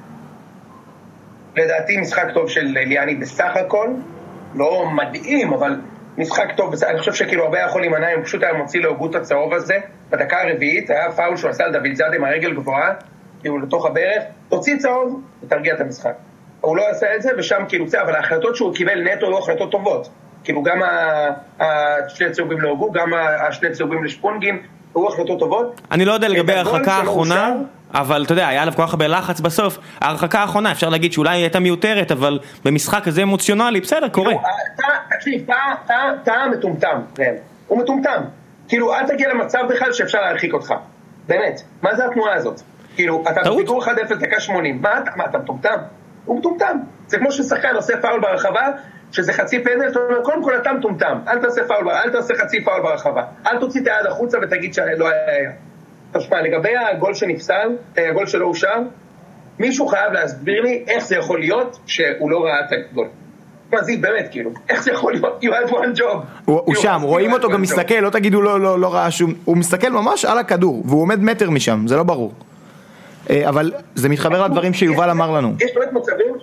לדעתי משחק טוב של ליאני בסך הכל, לא מדהים, אבל משחק טוב, אני חושב שכאילו הרבה יכול להימנע, הוא פשוט היה מוציא להוגות הצהוב הזה, בדקה הרביעית, היה פאול שהוא עשה על דוד זאדה עם הרגל גבוהה, כאילו לתוך הברך, תוציא צהוב ותרגיע את המשחק. הוא לא עשה את זה, ושם כאילו זה, אבל ההחלטות שהוא קיבל נטו היו החלטות טובות. כאילו גם השני צהובים להוגו, גם השני צהובים לשפונגים, היו החלטות טובות. אני לא יודע לגבי ההרחקה האחרונה, אבל אתה יודע, היה עליו כל כך הרבה לחץ בסוף. ההרחקה האחרונה, אפשר להגיד שאולי הייתה מיותרת, אבל במשחק הזה אמוציונלי, בסדר, קורה. תקשיב, טעה מטומטם, הוא מטומטם. כאילו, אל תגיע למצב בכלל שאפשר להרחיק אותך. באמת, מה זה התנועה הזאת? כאילו, אתה בפיגור אחד אפס דקה שמונים, מה אתה מטומטם? הוא מטומטם. זה כמו ששחקן עושה פאול ברחבה, שזה חצי פנדל, אתה אומר, קודם כל אתה מטומטם. אל תעשה פאול, אל תעשה חצי פאול ברחבה. אל תוציא את היד החוצה ותגיד שלא היה. תשמע, לגבי הגול שנפסל, הגול שלא אושר, מישהו חייב להסביר לי איך זה יכול להיות שהוא לא ראה את הגול. מה זה באמת, כאילו, איך זה יכול להיות? You had one job. הוא שם, רואים אותו גם מסתכל, לא תגידו לא ראה שום, הוא מסתכל ממש על הכדור, והוא עומד מטר משם, זה לא ברור. אבל זה מתחבר לדברים שיובל אמר לנו. יש באמת מצבים,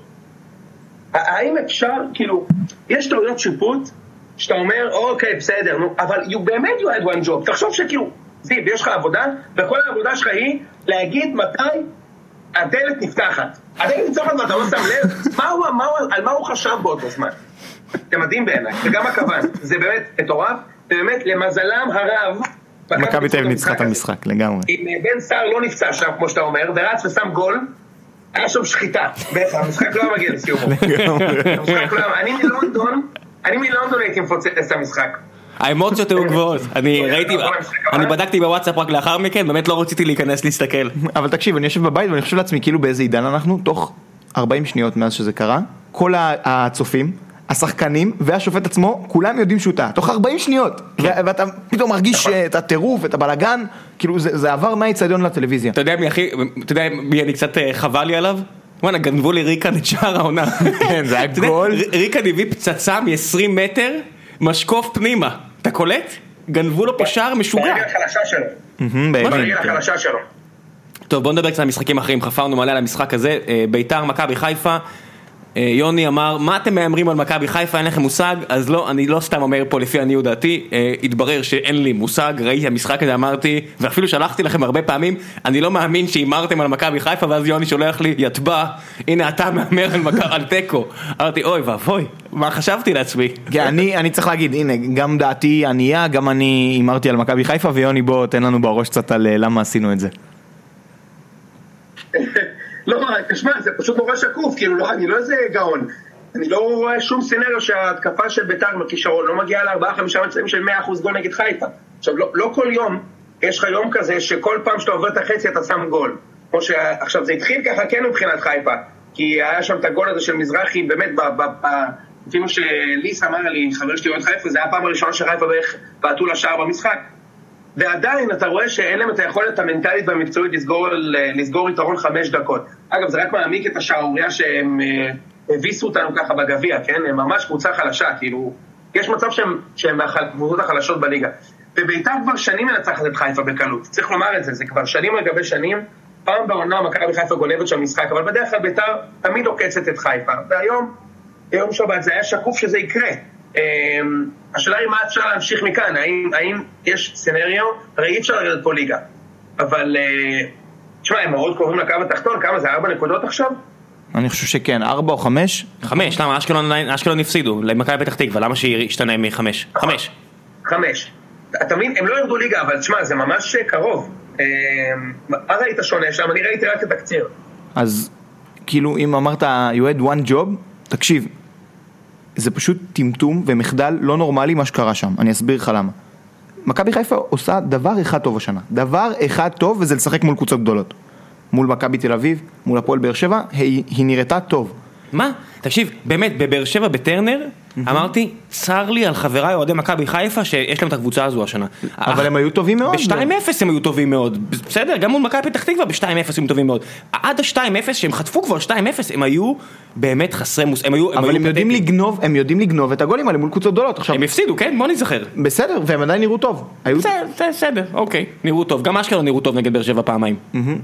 האם אפשר, כאילו, יש טעויות שיפוט, שאתה אומר, אוקיי, בסדר, אבל you באמת you had one job, תחשוב שכאילו, זיו, יש לך עבודה, וכל העבודה שלך היא להגיד מתי הדלת נפתחת. הדלת נפתחת ואתה לא שם לב, על מה הוא חשב באותו זמן. זה מדהים בעיניי, וגם הכוון, זה באמת מטורף, ובאמת למזלם הרב, מכבי תל אביב ניצחה את המשחק לגמרי. אם בן סער לא נפצע שם, כמו שאתה אומר, ורץ ושם גול, היה שם שחיטה. בטח, המשחק לא מגיע לסיומו. אני מלונדון, אני מלונדון הייתי מפוצץ את המשחק. האמוציות היו גבוהות. אני ראיתי, אני בדקתי בוואטסאפ רק לאחר מכן, באמת לא רציתי להיכנס להסתכל. אבל תקשיב, אני יושב בבית ואני חושב לעצמי כאילו באיזה עידן אנחנו, תוך ארבעים שניות מאז שזה קרה, כל הצופים, השחקנים והשופט עצמו, כולם יודעים שהוא טעה, תוך ארבעים שניות, ואתה פתאום מרגיש את הטירוף, את הבלגן, כאילו זה עבר מהאיצטדיון לטלוויזיה. אתה יודע מי הכי, אתה יודע מי אני קצת חבל לי עליו? וואנה, גנבו לי ריקן את שער העונה. כן, זה היה גול. ריקן הביא פצצה מ-עשרים מטר, משקוף פנימה, אתה קולט? גנבו לו פה שער משוגע. ברגע החלשה שלו. ברגע החלשה שלו. טוב, בוא נדבר קצת על משחקים אחרים, חפרנו מלא על המשחק הזה, ביתר, מכבי חיפה, יוני אמר, מה אתם מאמרים על מכבי חיפה, אין לכם מושג? אז לא, אני לא סתם אומר פה לפי עניות דעתי, התברר שאין לי מושג, ראיתי המשחק הזה, אמרתי, ואפילו שלחתי לכם הרבה פעמים, אני לא מאמין שאימרתם על מכבי חיפה, ואז יוני שולח לי, יטבע, הנה אתה מאמר על מכבי, על טקו. אמרתי, אוי ואבוי, מה חשבתי לעצמי? אני, אני צריך להגיד, הנה, גם דעתי ענייה, גם אני אימרתי על מכבי חיפה, ויוני בוא, תן לנו בראש קצת על למה עשינו את זה. לא, תשמע, זה פשוט נורא שקוף, כאילו, לא, אני לא איזה גאון. אני לא רואה שום סנריו שההתקפה של ביתר בכישרון לא מגיעה לארבעה חמישה מצבים של מאה אחוז גול נגד חיפה. עכשיו, לא, לא כל יום, יש לך יום כזה שכל פעם שאתה עובר את החצי אתה שם גול. כמו שעכשיו זה התחיל ככה כן מבחינת חיפה, כי היה שם את הגול הזה של מזרחי, באמת, אפילו שליס אמר לי, חבר שלי אוהד חיפה, זה היה הפעם הראשונה שחיפה בערך בעטו לשער במשחק. ועדיין אתה רואה שאין להם את היכולת המנטלית והמקצועית לסגור, לסגור יתרון חמש דקות. אגב, זה רק מעמיק את השערוריה שהם הביסו אותנו ככה בגביע, כן? הם ממש קבוצה חלשה, כאילו, יש מצב שהם, שהם מהקבוצות החלשות בליגה. וביתר כבר שנים מנצחת את חיפה בקלות. צריך לומר את זה, זה כבר שנים לגבי שנים. פעם בעונה מכבי חיפה גונבת של משחק, אבל בדרך כלל ביתר תמיד עוקצת את חיפה. והיום, היום שבת, זה היה שקוף שזה יקרה. השאלה היא מה אפשר להמשיך מכאן, האם, האם יש סנריו, הרי אי אפשר לרדת פה ליגה, אבל תשמע, הם מאוד קרובים לקו התחתון, כמה זה, ארבע נקודות עכשיו? אני חושב שכן, ארבע או חמש? חמש, למה? אשקלון, אשקלון הפסידו, למכבי פתח תקווה, למה שישתנה מחמש? חמש. חמש. אתה מבין, הם לא ירדו ליגה, אבל תשמע, זה ממש קרוב. מה ראית שונה שם? אני ראיתי רק את הקציר. אז, כאילו, אם אמרת, you had one job, תקשיב, זה פשוט טמטום ומחדל לא נורמלי מה שקרה שם, אני אסביר לך למה. מכבי חיפה עושה דבר אחד טוב השנה, דבר אחד טוב, וזה לשחק מול קבוצות גדולות. מול מכבי תל אביב, מול הפועל באר שבע, היא, היא נראתה טוב. מה? תקשיב, באמת, בבאר שבע בטרנר, אמרתי, צר לי על חבריי אוהדי מכבי חיפה שיש להם את הקבוצה הזו השנה. אבל הם היו טובים מאוד. ב-שתיים אפס הם היו טובים מאוד. בסדר, גם מול מכבי פתח תקווה ב-שתיים אפס הם טובים מאוד. עד ה-שתיים אפס, שהם חטפו כבר שתיים אפס, הם היו באמת חסרי מוס... אבל הם יודעים לגנוב, הם יודעים לגנוב את הגולים האלה מול קבוצות גדולות. הם הפסידו, כן? בוא נזכר. בסדר, והם עדיין נראו טוב. בסדר, אוקיי. נראו טוב. גם אשקלון נראו טוב נגד באר שבע פעמיים.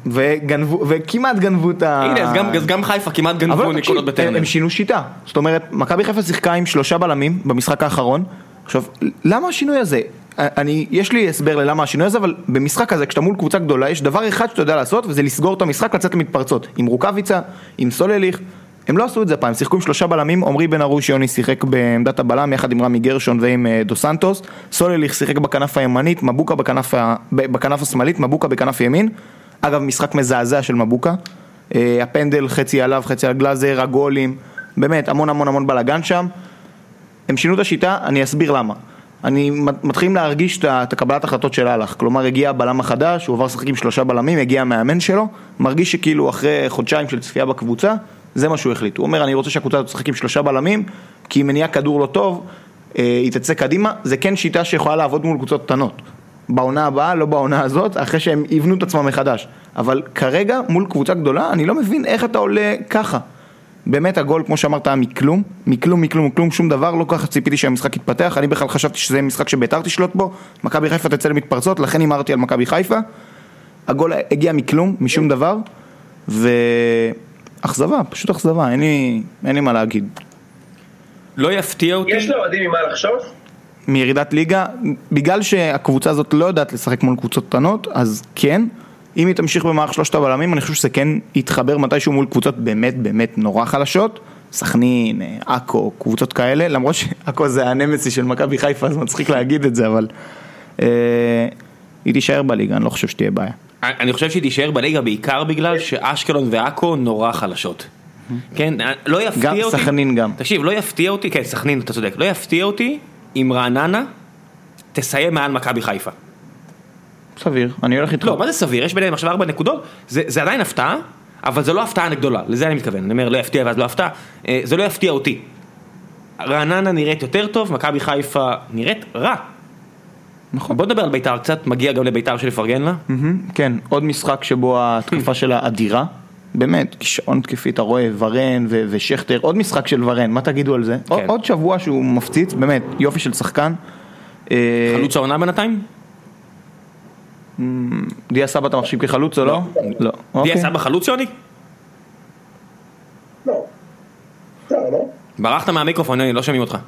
וכמעט גנבו את ה... הנה, אז גם חיפה כמעט גנבו נקודות בטרנר. הם שינו שיטה. זאת אומרת, מכבי חיפה שיחקה עם שלושה בלמים במשחק האחרון. עכשיו, למה השינוי הזה? אני, יש לי הסבר ללמה השינוי הזה, אבל במשחק הזה, כשאתה מול קבוצה גדולה, יש דבר אחד שאתה יודע לעשות, וזה לסגור את המשחק, לצאת למתפרצות. עם רוקביצה, עם סולליך, הם לא עשו את זה פעם, שיחקו עם שלושה בלמים, עמרי בן ארוש יוני שיחק בעמדת הבלם, יחד עם רמי גרשון ועם דו סנטוס, סולליך שיחק בכנף הימנית, מבוקה בכנף, בכנף השמאלית, מבוקה בכנף ימין. אגב, משחק מזעזע של מבוקה, הפנדל חצי עליו, חצי על גלאזר, הגולים, באמת, המון המון המון בלגן שם. הם שינו את השיטה, אני אסביר למה. אני מתחילים להרגיש את הקבלת החלטות של הלך, כלומר הגיע הבלם החדש, הוא עבר לשחק עם שלושה בלמים, הגיע המאמן שלו, מרגיש שכאילו אחרי חודשיים של צפייה בקבוצה, זה מה שהוא החליט. הוא אומר, אני רוצה שהקבוצה תשחק עם שלושה בלמים, כי אם מניע כדור לא טוב, היא תצא קדימה, זה כן שיטה שיכולה לעבוד מול קבוצות קטנות. בעונה הבאה, לא בעונה הזאת, אחרי שהם יבנו את עצמם מחדש. אבל כרגע, מול קבוצה גדולה, אני לא מבין איך אתה עולה ככה. באמת הגול, כמו שאמרת, מכלום, מכלום, מכלום, מכלום, שום דבר, לא ככה ציפיתי שהמשחק יתפתח, אני בכלל חשבתי שזה משחק שביתר תשלוט בו, מכבי חיפה תצא למתפרצות, לכן אמרתי על מכבי חיפה, הגול הגיע מכלום, משום דבר, ואכזבה, פשוט אכזבה, אין לי, אין לי מה להגיד. לא יפתיע אותי. יש לו עדים ממה לחשוב? מירידת ליגה, בגלל שהקבוצה הזאת לא יודעת לשחק מול קבוצות קטנות, אז כן, אם היא תמשיך במערך שלושת הבלמים, אני חושב שזה כן יתחבר מתישהו מול קבוצות באמת באמת נורא חלשות, סכנין, אקו, קבוצות כאלה, למרות שאקו זה הנמסי של מכבי חיפה, אז מצחיק להגיד את זה, אבל אה, היא תישאר בליגה, אני לא חושב שתהיה בעיה. אני חושב שהיא תישאר בליגה בעיקר בגלל שאשקלון ואקו נורא חלשות. כן, לא יפתיע אותי. גם סכנין גם. תקשיב, לא יפתיע אותי, כן, סכנין, אתה צודק, לא יפתיע אותי אם רעננה תסיים מעל מכבי חיפה. סביר, אני הולך איתך. לא, מה זה סביר? יש ביניהם עכשיו ארבע נקודות, זה, זה עדיין הפתעה, אבל זה לא הפתעה גדולה, לזה אני מתכוון, אני אומר, לא יפתיע ואז לא הפתעה, זה לא יפתיע אותי. רעננה נראית יותר טוב, מכבי חיפה נראית רע. נכון. בוא נדבר על ביתר קצת, מגיע גם לביתר של לפרגן לה. כן, עוד משחק שבו התקופה שלה אדירה, באמת, כישרון תקפי, אתה רואה, ורן ו- ושכתר, עוד משחק של ורן, מה תגידו על זה? כן. עוד שבוע שהוא מפציץ, באמת, יופי של שחקן. חלוץ העונה בינתיים? דיה סבא אתה מחשיב כחלוץ או לא? לא. דיה סבא חלוץ יוני? לא. לא, לא. ברחת מהמיקרופון, יוני, לא שומעים אותך.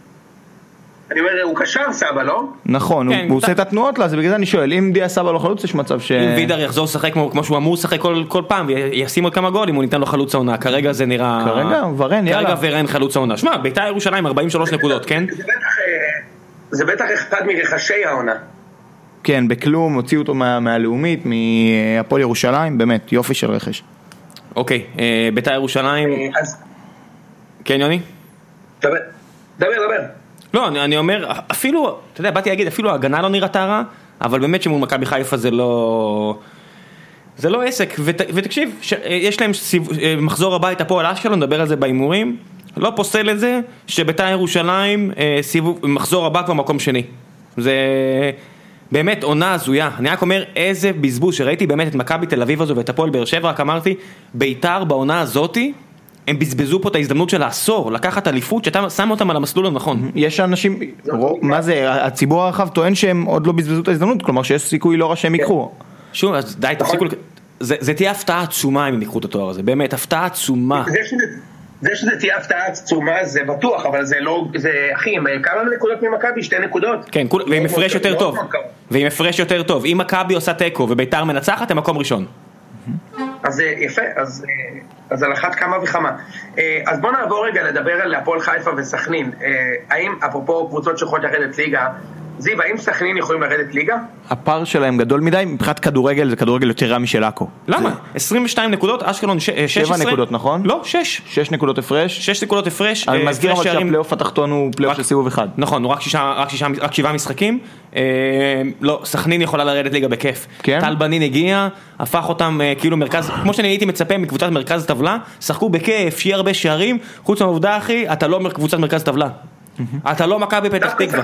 אני אומר, הוא קשר סבא, לא? נכון, הוא עושה את התנועות לה, זה בגלל זה אני שואל, אם דיה סבא לא חלוץ, יש מצב ש... אם וידר יחזור לשחק כמו שהוא אמור לשחק כל פעם, וישים עוד כמה גולים, הוא ניתן לו חלוץ העונה, כרגע זה נראה... כרגע, ורן, יאללה. כרגע ורן חלוץ העונה. שמע, בית"ר ירושלים ארבעים ושלוש נקודות, כן? זה בטח אחד מרכשי העונה. כן, בכלום, הוציאו אותו מהלאומית, מהפועל ירושלים, באמת, יופי של רכש. אוקיי, בית"ר ירושלים... כן, יוני? דבר, דבר, דבר. לא, אני, אני אומר, אפילו, אתה יודע, באתי להגיד, אפילו ההגנה לא נראתה רע, אבל באמת שמול מכבי חיפה זה לא... זה לא עסק, ות, ותקשיב, ש, יש להם סיב, מחזור הבית הפועל אשקלון, נדבר על זה באימורים, לא פוסל את זה, שבית"ר ירושלים, סיבוב, מחזור הבא כבר מקום שני. זה באמת עונה הזויה. אני רק אומר, איזה בזבוז, שראיתי באמת את מכבי תל אביב הזו ואת הפועל באר שבע, רק אמרתי, בית"ר בעונה הזאתי, הם בזבזו פה את ההזדמנות של העשור, לקחת אליפות שאתה שם אותם על המסלול הנכון. יש אנשים, מה זה, הציבור הרחב טוען שהם עוד לא בזבזו את ההזדמנות, כלומר שיש סיכוי לא רע שהם יקחו. שוב, אז די, תפסיקו, זה תהיה הפתעה עצומה אם הם יקחו את התואר הזה, באמת, הפתעה עצומה. זה שזה תהיה הפתעה עצומה זה בטוח, אבל זה לא, זה, אחי, כמה נקודות ממכבי? שתי נקודות. כן, ועם הפרש יותר טוב. ועם הפרש יותר טוב. אם מכבי עושה טקו ובית"ר מנצחת, הם מקום ראשון. אז יפה, אז, אז על אחת כמה וכמה. אז בוא נעבור רגע לדבר על הפועל חיפה וסכנין. האם, אפרופו קבוצות שיכולות לרדת ליגה, זיו, האם סכנין יכולים לרדת ליגה? הפער שלהם גדול מדי, מבחינת כדורגל זה כדורגל יותר רע משל עכו. למה? עשרים ושתיים נקודות, אשקלון שש עשרה. שבע נקודות, נכון? לא, שש. שש נקודות הפרש. שש נקודות הפרש. אני מזכיר אבל שהפלייאוף התחתון הוא פלייאוף של סיבוב אחד. נכון, הוא רק שישה, רק שישה, רק שבעה משחקים. לא, סכנין יכולה לרדת ליגה בכיף. טל בנין הגיע, הפך אותם כאילו מרכז, כמו שאני הייתי מצפה מקבוצת מרכז טבלה, שחקו בכיף, שיהיה הרבה שערים, חוץ מהעובדה אחי, אתה לא קבוצת מרכז טבלה. אתה לא מכבי פתח תקווה.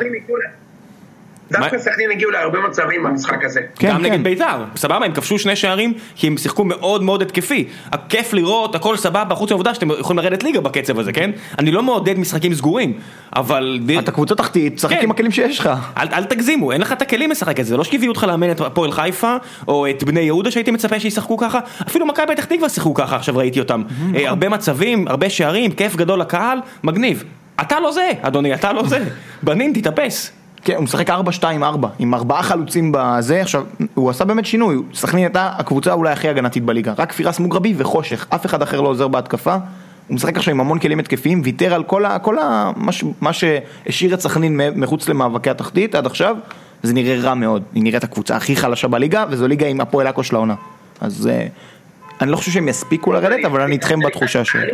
דווקא סכנין הגיעו להרבה מצבים במשחק הזה. גם נגד בית"ר, סבבה, הם כבשו שני שערים, כי הם שיחקו מאוד מאוד התקפי. הכיף לראות, הכל סבבה, חוץ מהעובדה שאתם יכולים לרדת ליגה בקצב הזה, כן? אני לא מעודד משחקים סגורים, אבל... אתה קבוצה תחתית, שחק עם הכלים שיש לך. אל תגזימו, אין לך את הכלים לשחק את זה, לא שקיוו אותך לאמן את הפועל חיפה, או את בני יהודה שהייתי מצפה שישחקו ככה, אפילו מכבי פתח תקווה שיחקו ככה, עכשיו ראיתי אותם. הרבה מצבים, הרבה שערים, כיף גדול לקהל, מגניב. אתה לא זה, אדוני, אתה לא זה. בנין, תתאפס. כן, הוא משחק ארבע שתיים ארבע, עם ארבעה חלוצים בזה, עכשיו, הוא עשה באמת שינוי, סכנין הייתה הקבוצה אולי הכי הגנתית בליגה, רק פירס מוגרבי וחושך, אף אחד אחר לא עוזר בהתקפה, הוא משחק עכשיו עם המון כלים התקפיים, ויתר על כל, ה, כל ה, מה, מה שהשאיר את סכנין מחוץ למאבקי התחתית עד עכשיו, זה נראה רע מאוד, היא נראית הקבוצה הכי חלשה בליגה, וזו ליגה עם הפועל עכו של העונה, אז אני לא חושב שהם יספיקו לרדת, אבל אני איתכם בתחושה ש...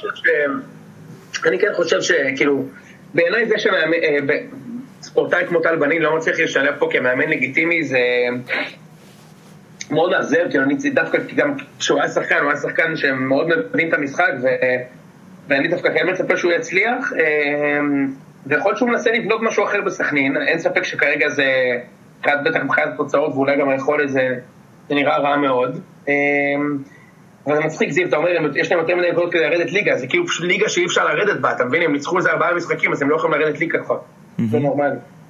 אני כן חושב שכאילו, בעיניי זה שמאמן... ספורטאי כמו טל בנין לא מצליח לשלב פה כמאמן לגיטימי, זה מאוד מעזב, כי אני דווקא גם כשהוא היה שחקן, הוא היה שחקן שמאוד מבין את המשחק, ו... ואני דווקא כן מצפה שהוא יצליח, ויכול להיות שהוא מנסה לבנות משהו אחר בסכנין, אין ספק שכרגע זה, בטח מבחינת תוצאות, ואולי גם היכול איזה, זה נראה רע מאוד. אבל זה מצחיק זיו, אתה אומר, יש להם יותר מדי נקודות כדי לרדת ליגה, זה כאילו ליגה שאי אפשר לרדת בה, אתה מבין, הם ניצחו לזה ארבעה משחקים, אז הם לא יכולים לרדת ליגה כבר. זה נורמלי.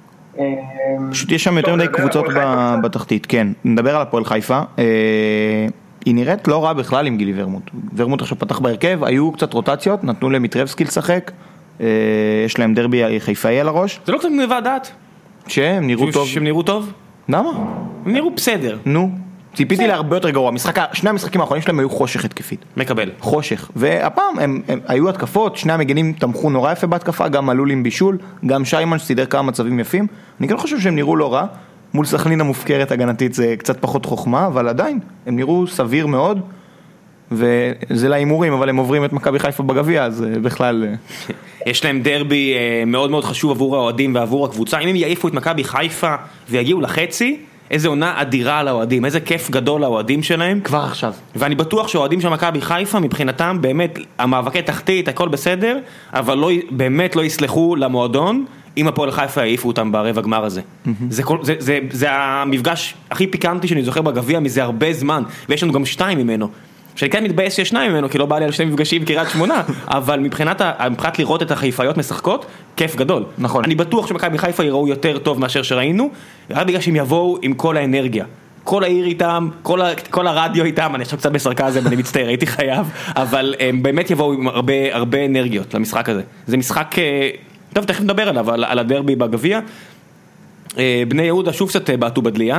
פשוט יש שם יותר מדי קבוצות בתחתית, כן. נדבר על הפועל חיפה. היא נראית לא רע בכלל עם גילי ורמוט. ורמוט עכשיו פתח בהרכב, היו קצת רוטציות, נתנו למיטרבסקי לשחק, יש להם דרבי חיפאי על הראש. זה לא קצת מבע דעת? שהם נראו טוב. שהם נראו טוב? למה? הם נראו בסדר. נו. ציפיתי להרבה יותר גרוע, שני המשחקים האחרונים שלהם היו חושך התקפית. מקבל. חושך, והפעם הם, הם היו התקפות, שני המגנים תמכו נורא יפה בהתקפה, גם עלול עם בישול, גם שיימן שסידר כמה מצבים יפים, אני כן חושב שהם נראו לא רע, מול סכנין המופקרת הגנתית זה קצת פחות חוכמה, אבל עדיין, הם נראו סביר מאוד, וזה לאימורים, אבל הם עוברים את מכבי חיפה בגביע, אז בכלל... יש להם דרבי מאוד מאוד חשוב עבור האוהדים ועבור הקבוצה, אם הם יעיפו את מכבי חיפה ויגיעו לחצי, איזה עונה אדירה לאוהדים, איזה כיף גדול לאוהדים שלהם. כבר עכשיו. ואני בטוח שהאוהדים של מכבי חיפה, מבחינתם, באמת, המאבקי תחתית, הכל בסדר, אבל לא, באמת לא יסלחו למועדון, אם הפועל חיפה העיפו אותם ברבע גמר הזה. זה, כל, זה, זה, זה המפגש הכי פיקנטי שאני זוכר בגביע מזה הרבה זמן, ויש לנו גם שתיים ממנו. שאני כן מתבאס שיש שניים ממנו, כי לא בא לי על שני מפגשים בקריית שמונה, אבל מבחינת, מבחינת לראות את החיפאיות משחקות, כיף גדול. נכון. אני בטוח שמכבי חיפה יראו יותר טוב מאשר שראינו, רק בגלל שהם יבואו עם כל האנרגיה. כל העיר איתם, כל, ה, כל הרדיו איתם, אני עכשיו קצת בסרקזם, אני מצטער, הייתי חייב, אבל הם באמת יבואו עם הרבה, הרבה אנרגיות למשחק הזה. זה משחק, טוב, תכף נדבר עליו, על, על הדרבי בגביע. בני יהודה שוב קצת בעטו בדליה.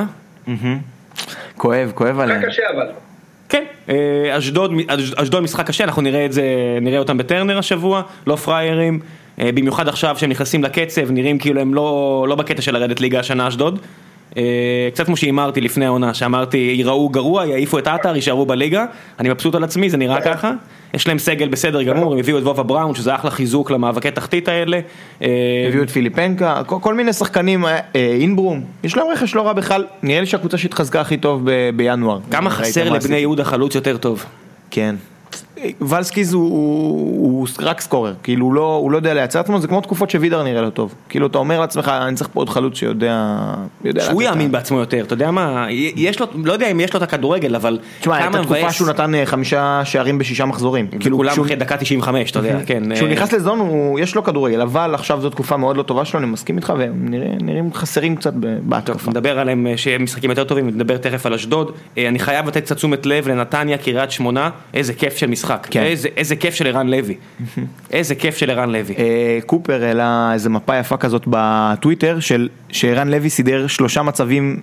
כואב, כואב עליהם. משחק קשה אבל. כן, אשדוד, אשדוד משחק קשה, אנחנו נראה את זה, נראה אותם בטרנר השבוע, לא פריירים, במיוחד עכשיו שהם נכנסים לקצב, נראים כאילו הם לא, לא בקטע של לרדת ליגה השנה אשדוד. קצת כמו שאמרתי לפני העונה, שאמרתי ייראו גרוע, יעיפו את האתר, יישארו בליגה, אני מבסוט על עצמי, זה נראה ככה, יש להם סגל בסדר גמור, הם הביאו את וובה בראון, שזה אחלה חיזוק למאבקי תחתית האלה, הביאו את פיליפנקה, כל מיני שחקנים, אינברום, יש להם רכש לא רע בכלל, נראה לי שהקבוצה שהתחזקה הכי טוב בינואר. כמה חסר לבני יהודה חלוץ יותר טוב? כן. ולסקיז הוא, הוא, הוא רק סקורר, כאילו הוא לא, הוא לא יודע לייצר עצמו, זה כמו תקופות שווידר נראה לו טוב, כאילו אתה אומר לעצמך, אני צריך פה עוד חלוץ שיודע, שהוא יאמין בעצמו יותר, אתה יודע מה, יש לו, לא יודע אם יש לו את הכדורגל, אבל תשמע, הייתה תקופה שהוא נתן חמישה שערים בשישה מחזורים, כאילו כולם אחרי דקה תשעים וחמש, אתה יודע, כן. כשהוא נכנס לזון, הוא, יש לו כדורגל, אבל עכשיו זו תקופה מאוד לא טובה שלו, אני מסכים איתך, והם נראים חסרים קצת בהתקפה. נדבר עליהם שהם משחקים יותר טובים, נדבר תכף על אשדוד. אני חייב לתת קצת תשומת לב לנתניה, קריית שמונה, איזה כיף של משחק. איזה, איזה כיף של ערן לוי. איזה כיף של ערן לוי. קופר העלה איזה מפה יפה כזאת בטוויטר, של שערן לוי סידר שלושה מצבים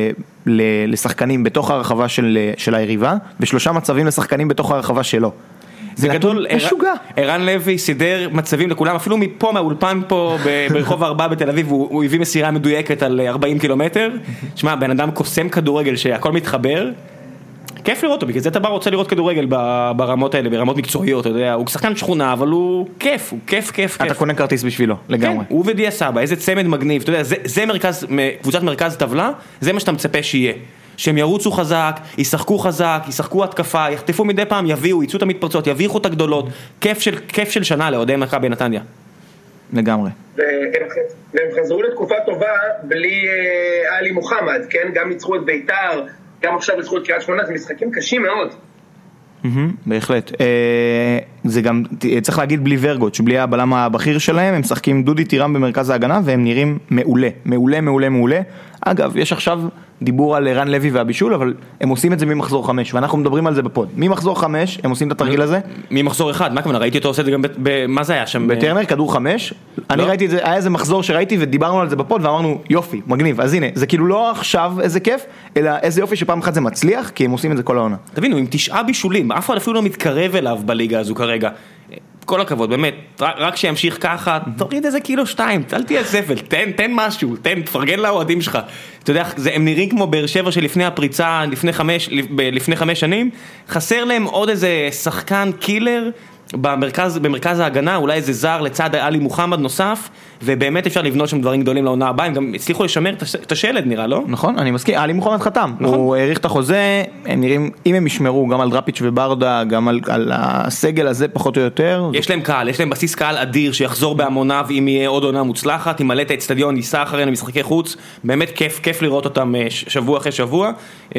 לשחקנים בתוך הרחבה של, של היריבה, ושלושה מצבים לשחקנים בתוך הרחבה שלו. זה גדול, ערן לוי סידר מצבים לכולם, אפילו מפה מהאולפן פה ברחוב הארבעה בתל אביב, הוא הביא מסירה מדויקת על ארבעים קילומטר. שמע, בן אדם קוסם כדורגל שהכל מתחבר, כיף לראות אותו, בגלל זה אתה בא רוצה לראות כדורגל ברמות האלה, ברמות מקצועיות, אתה יודע, הוא שחקן שכונה, אבל הוא כיף, הוא כיף, כיף, כיף. אתה קונה כרטיס בשבילו, לגמרי. כן, הוא ודיה סבא, איזה צמד מגניב, אתה יודע, זה, זה מרכז, קבוצת מרכז טבלה, זה מה שאתה מצפה שיהיה. שהם ירוצו חזק, ישחקו חזק, ישחקו התקפה, יחטפו מדי פעם, יביאו, יצאו את המתפרצות, יביחו את הגדולות, כיף של, כיף של שנה לאוהדי מכבי נתניה. לגמרי. והם חזרו לתקופה טובה בלי עלי מוחמד, כן? גם ניצחו את ביתר, גם עכשיו ניצחו את קריית שמונה, זה משחקים קשים מאוד. בהחלט. זה גם, צריך להגיד בלי ורגות, שבלי הבלם הבכיר שלהם, הם משחקים דודי טירם במרכז ההגנה, והם נראים מעולה, מעולה, מעולה, מעולה. אגב, יש עכשיו דיבור על ערן לוי והבישול, אבל הם עושים את זה ממחזור חמש, ואנחנו מדברים על זה בפוד. ממחזור חמש, הם עושים את התרגיל הזה. ממחזור אחד, מה כמובן? ראיתי אותו עושה את זה גם, מה זה היה שם? בטרנר, כדור חמש. אני ראיתי את זה, היה איזה מחזור שראיתי, ודיברנו על זה בפוד, ואמרנו, יופי, מגניב. אז הנה, זה כאילו לא עכשיו איזה כיף, אלא איזה יופי שפעם אחת זה מצליח, כי הם עושים את זה כל העונה. תבינו, עם תשעה בישולים, אף אחד אפילו לא מתקרב אליו בליגה הזו כרגע. כל הכבוד, באמת, רק שימשיך ככה, תוריד איזה קילו שתיים, אל תהיה זבל, תן, תן משהו, תן, תפרגן לאוהדים שלך. אתה יודע, הם נראים כמו באר שבע שלפני הפריצה, לפני חמש, לפני חמש שנים, חסר להם עוד איזה שחקן קילר במרכז, במרכז ההגנה, אולי איזה זר לצד עלי מוחמד נוסף, ובאמת אפשר לבנות שם דברים גדולים לעונה הבאה, הם גם הצליחו לשמר את השלד נראה, לא? נכון, אני מסכים, עלי מוחמד חתם, נכון. הוא העריך את החוזה, הם נראים, אם הם ישמרו גם על דראפיץ' וברדה, גם על, על הסגל הזה פחות או יותר. יש להם קהל, יש להם בסיס קהל אדיר, שיחזור בהמוניו אם יהיה עוד עונה מוצלחת, אם מלא את האצטדיון, ייסע אחרינו משחקי חוץ, באמת כיף, כיף לראות אותם שבוע אחרי שבוע.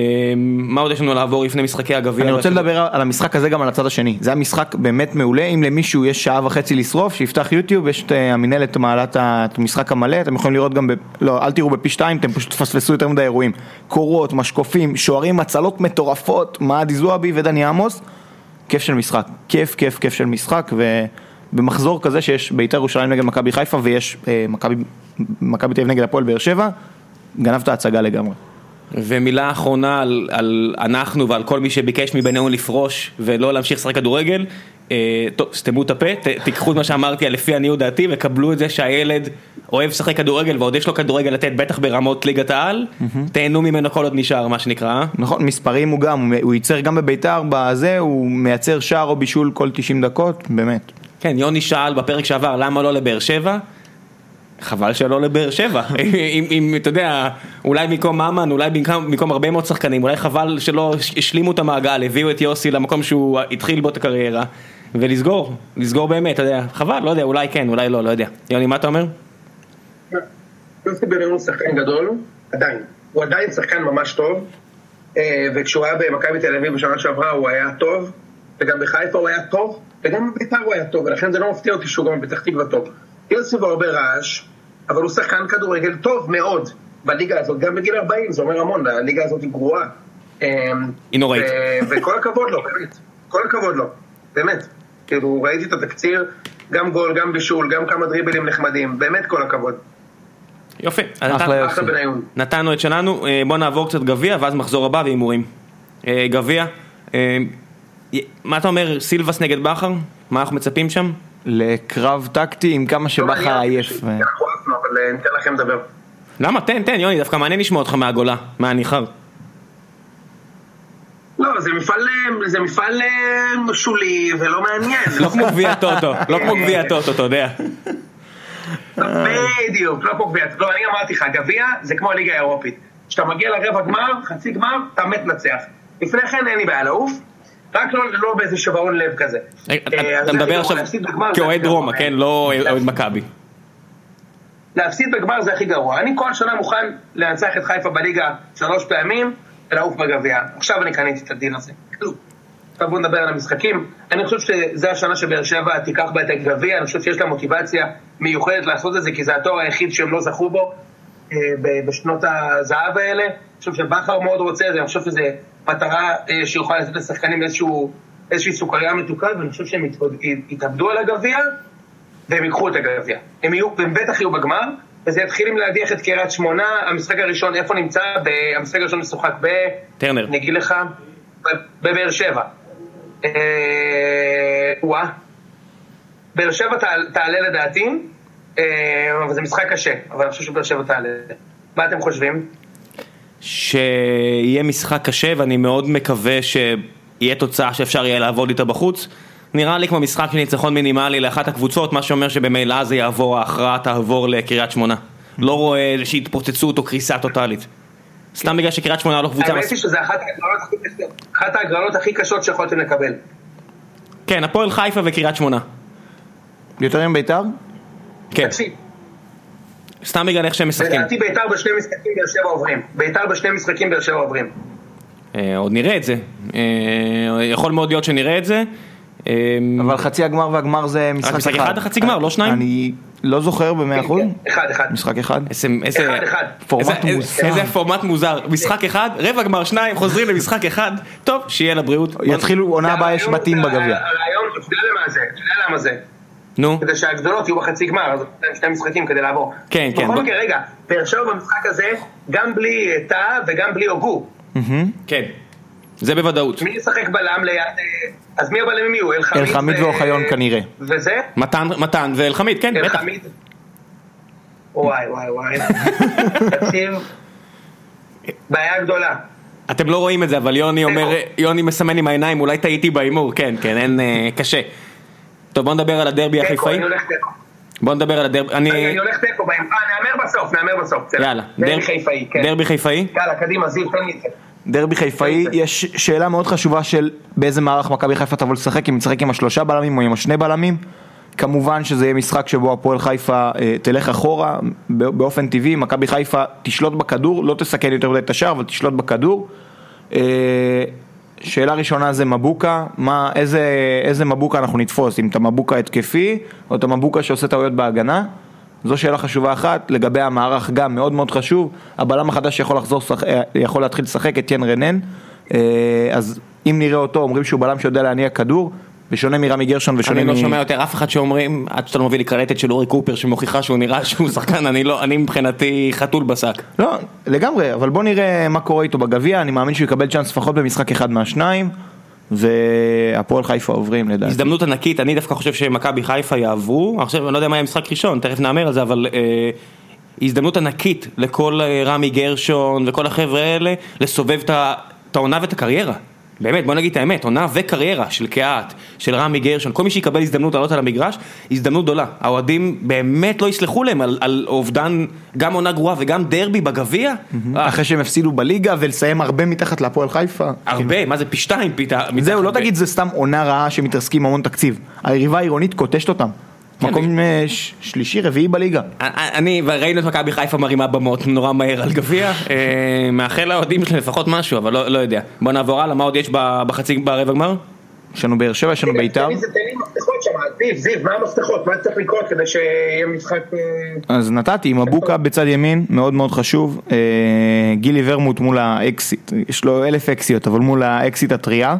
מה עוד יש לנו לעבור לפני משחקי הגביע? אני רוצה לדבר על המשחק הזה גם על הצד השני, זה המשחק באמת מעולה, אם למישהו יש שעה וחצי לשרוף, שיפתח יוטיוב, יש את המנהלת מעלת המשחק המלא, אתם יכולים לראות גם, ב... לא, אל תראו בפי שתיים, אתם פשוט תפספסו יותר מדי אירועים, קורות, משקופים, שוערים, הצלות מטורפות, מעדי זועבי ודני עמוס, כיף של משחק, כיף, כיף, כיף של משחק, ובמחזור כזה שיש בית"ר ירושלים נגד מכבי חיפה, ויש אה, מכבי, מכבי תל אביב נגד הפועל באר שבע, גנבת ההצגה לגמרי. ומילה אחרונה על, על אנחנו ועל כל מי שביקש מבינינו לפרוש ולא להמשיך לשחק כדורגל, אה, טוב, סתמו את הפה, ת, תיקחו את מה שאמרתי לפי עניות דעתי וקבלו את זה שהילד אוהב לשחק כדורגל ועוד יש לו כדורגל לתת בטח ברמות ליגת העל, mm-hmm. תהנו ממנו כל עוד נשאר מה שנקרא. נכון, מספרים הוא גם, הוא ייצר גם בביתר בזה, הוא מייצר שער או בישול כל תשעים דקות, באמת. כן, יוני שאל בפרק שעבר למה לא לבאר שבע, חבל שלא לבאר שבע, אם, אם אתה יודע, אולי במקום מאמן, אולי במקום, במקום הרבה מאוד שחקנים, אולי חבל שלא השלימו את המעגל, הביאו את יוסי למקום שהוא התחיל בו את הקריירה, ולסגור, לסגור באמת, אתה יודע, חבל, לא יודע, אולי כן, אולי לא, לא יודע. יוני, מה אתה אומר? יוסי בניון הוא שחקן גדול, עדיין, הוא עדיין שחקן ממש טוב, וכשהוא היה במכבי תל אביב בשנה שעברה הוא היה טוב, וגם בחיפה הוא היה טוב, וגם בביתר הוא היה טוב, ולכן זה לא מפתיע אותי שהוא גם בפתח תקווה טוב. יש סביבו הרבה רעש, אבל הוא שחקן כדורגל טוב מאוד בליגה הזאת, גם בגיל ארבעים, זה אומר המון, הליגה הזאת היא גרועה. היא נוראית. וכל הכבוד לו, באמת, כל הכבוד לו, באמת. כאילו, ראיתי את התקציר, גם גול, גם בישול, גם כמה דריבלים נחמדים, באמת כל הכבוד. יופי, אחלה יופי. נתנו את שלנו, בוא נעבור קצת גביע, ואז מחזור הבא ואימורים. גביע, מה אתה אומר, סילבס נגד בכר? מה אנחנו מצפים שם? לקרב טקטי עם כמה שבכר עייף. אנחנו אהבנו, אבל ניתן לכם לדבר. למה? תן, תן, יוני, דווקא מעניין לשמוע אותך מהגולה, מהניחר. לא, זה מפעל, זה מפעל שולי ולא מעניין. לא כמו גביע טוטו, לא כמו גביע טוטו, אתה יודע. בדיוק, לא כמו גביע. לא, אני אמרתי לך, גביע זה כמו הליגה האירופית. כשאתה מגיע לרבע גמר, חצי גמר, אתה מת נצח. לפני כן אין לי בעיה לעוף, רק לא באיזה שבעון לב כזה. אתה מדבר עכשיו כאוהד רומא, כן? לא אוהד מכבי. להפסיד בגמר זה הכי גרוע. אני כל שנה מוכן לנצח את חיפה בליגה שלוש פעמים, ולעוף בגביע. עכשיו אני קניתי את הדיל הזה. עכשיו בואו נדבר על המשחקים. אני חושב שזה השנה שבאר שבע תיקח בה את הגביע, אני חושב שיש לה מוטיבציה מיוחדת לעשות את זה, כי זה התואר היחיד שהם לא זכו בו בשנות הזהב האלה. אני חושב שבכר מאוד רוצה את זה, אני חושב שזה מטרה שיוכל לתת לשחקנים איזושהי סוכריה מתוקה, ואני חושב שהם יתאבדו על הגביע, והם ייקחו את הגביע. הם, יהיו, הם בטח יהיו בגמר, וזה יתחיל עם להדיח את קריית שמונה. המשחק הראשון, איפה נמצא? המשחק הראשון משוחק ב... טרנר. נגיד לך, בבאר שבע. וואה. באר שבע תעלה לדעתי, אבל זה משחק קשה, אבל אני חושב שבאר שבע תעלה. מה אתם חושבים? שיהיה משחק קשה, ואני מאוד מקווה שיהיה תוצאה שאפשר יהיה לעבוד איתה בחוץ. נראה לי כמו משחק של ניצחון מינימלי לאחת הקבוצות, מה שאומר שבמילא זה יעבור, ההכרעה תעבור לקריית שמונה. לא רואה איזושהי התפוצצות או קריסה טוטלית. סתם בגלל שקריית שמונה לא קבוצה... האמת היא שזה אחת ההגרלות הכי קשות שיכולתם לקבל. כן, הפועל חיפה וקריית שמונה. יותר עם ביתר? כן. סתם בגלל איך שהם משחקים. לדעתי ביתר בשני משחקים באר שבע עוברים. ביתר בשני משחקים באר שבע עוברים. עוד נראה את זה. יכול מאוד להיות שנראה את זה. אבל חצי הגמר והגמר זה משחק אחד. משחק אחד החצי גמר, לא שניים? אני לא זוכר במאה אחוז. אחד, אחד. משחק אחד. אחד, אחד. פורמט מוזר. איזה פורמט מוזר. משחק אחד, רבע גמר שניים, חוזרים למשחק אחד. טוב, שיהיה לבריאות. יתחילו עונה הבאה, יש בתים בגביע. הרעיון, אתה יודע למה זה, אתה יודע למה זה. נו. כדי שהגדולות יהיו בחצי גמר, אז שני משחקים כדי לעבור. כן, כן. בכל מקרה, רגע, באר שבע במשחק הזה, גם בלי תא וגם בלי הוגו. כן. זה בוודאות. מי ישחק בלם ליד... אז מי הבלמים יהיו? אלחמיד ואוחיון כנראה. וזה? מתן, מתן ואלחמיד, כן, בטח. אלחמיד. וואי, וואי, וואי. תקשיב. בעיה גדולה. אתם לא רואים את זה, אבל יוני אומר, יוני מסמן עם העיניים, אולי טעיתי באימור, כן, כן, אין קשה. טוב, בוא נדבר על הדרבי החיפאי. אני הולך תיקו. בוא נדבר על הדרבי, אני הולך תיקו באימור. אה, נאמר בסוף, נאמר בסוף. יאללה. דרבי חיפאי, כן. דרבי חיפאי? יאללה, קדימה, זיו, תן לי את זה. דרבי חיפאי, יש שאלה מאוד חשובה של באיזה מערך מכבי חיפה תבוא לשחק, אם נשחק עם השלושה בלמים או עם השני בלמים. כמובן שזה יהיה משחק שבו הפועל חיפה אה, תלך אחורה באופן טבעי, מכבי חיפה תשלוט בכדור, לא תסכן יותר מדי את השער, אבל תשלוט בכדור. אה, שאלה ראשונה זה מבוקה, מה, איזה, איזה מבוקה אנחנו נתפוס, אם את המבוקה התקפי או את המבוקה שעושה טעויות בהגנה. זו שאלה חשובה אחת. לגבי המערך גם מאוד מאוד חשוב, הבלם החדש יכול לחזור, יכול להתחיל לשחק, אתיין רנן, אז אם נראה אותו, אומרים שהוא בלם שיודע להניע כדור, בשונה מרמי גרשון ושונה אני לא שומע יותר אף אחד שאומרים, עד שאתה לא מביא לי קרטט של אורי קופר שמוכיחה שהוא נראה שהוא שחקן, אני לא, אני מבחינתי חתול בשק. לא, לגמרי, אבל בוא נראה מה קורה איתו בגביע, אני מאמין שהוא יקבל צ'אנס לפחות במשחק אחד מהשניים, והפועל חיפה עוברים לדעתי. הזדמנות ענקית, אני דווקא חושב שמכבי חיפה יעברו, עכשיו אני לא יודע מה יהיה משחק ראשון, תכף נאמר על זה, אבל אה, הזדמנות ענקית לכל אה, רמי גרשון וכל החבר'ה האלה, לסובב את העונה ואת הקריירה. באמת, בוא נגיד את האמת, עונה וקריירה של קהת, של רמי גרשון, כל מי שיקבל הזדמנות לעלות על המגרש, הזדמנות גדולה. האוהדים באמת לא יסלחו להם על, על אובדן, גם עונה גרועה וגם דרבי בגביע. אחרי שהם הפסידו בליגה ולסיים הרבה מתחת להפועל חיפה. הרבה, מה זה פי שתיים פיתה? זהו, לא תגיד זה סתם עונה רעה שמתרסקים המון תקציב. היריבה העירונית קוטשת אותם. מקום שלישי, רביעי בליגה. אני, וראינו את מכבי חיפה מרימה במות נורא מהר על גביע, מאחל לאוהדים שלהם לפחות משהו, אבל לא יודע. בוא נעבור הלאה, מה עוד יש בחצי, ברבע גמר? יש לנו באר שבע, יש לנו בית"ר. תן לי מפתחות שם, זיו, זיו, מה המפתחות? מה צריך לקרות כדי שיהיה משחק... אז נתתי, עם מבוקה בצד ימין, מאוד מאוד חשוב. גילי ורמוט מול האקסיט, יש לו אלף אקסיות, אבל מול האקסיט הטריה.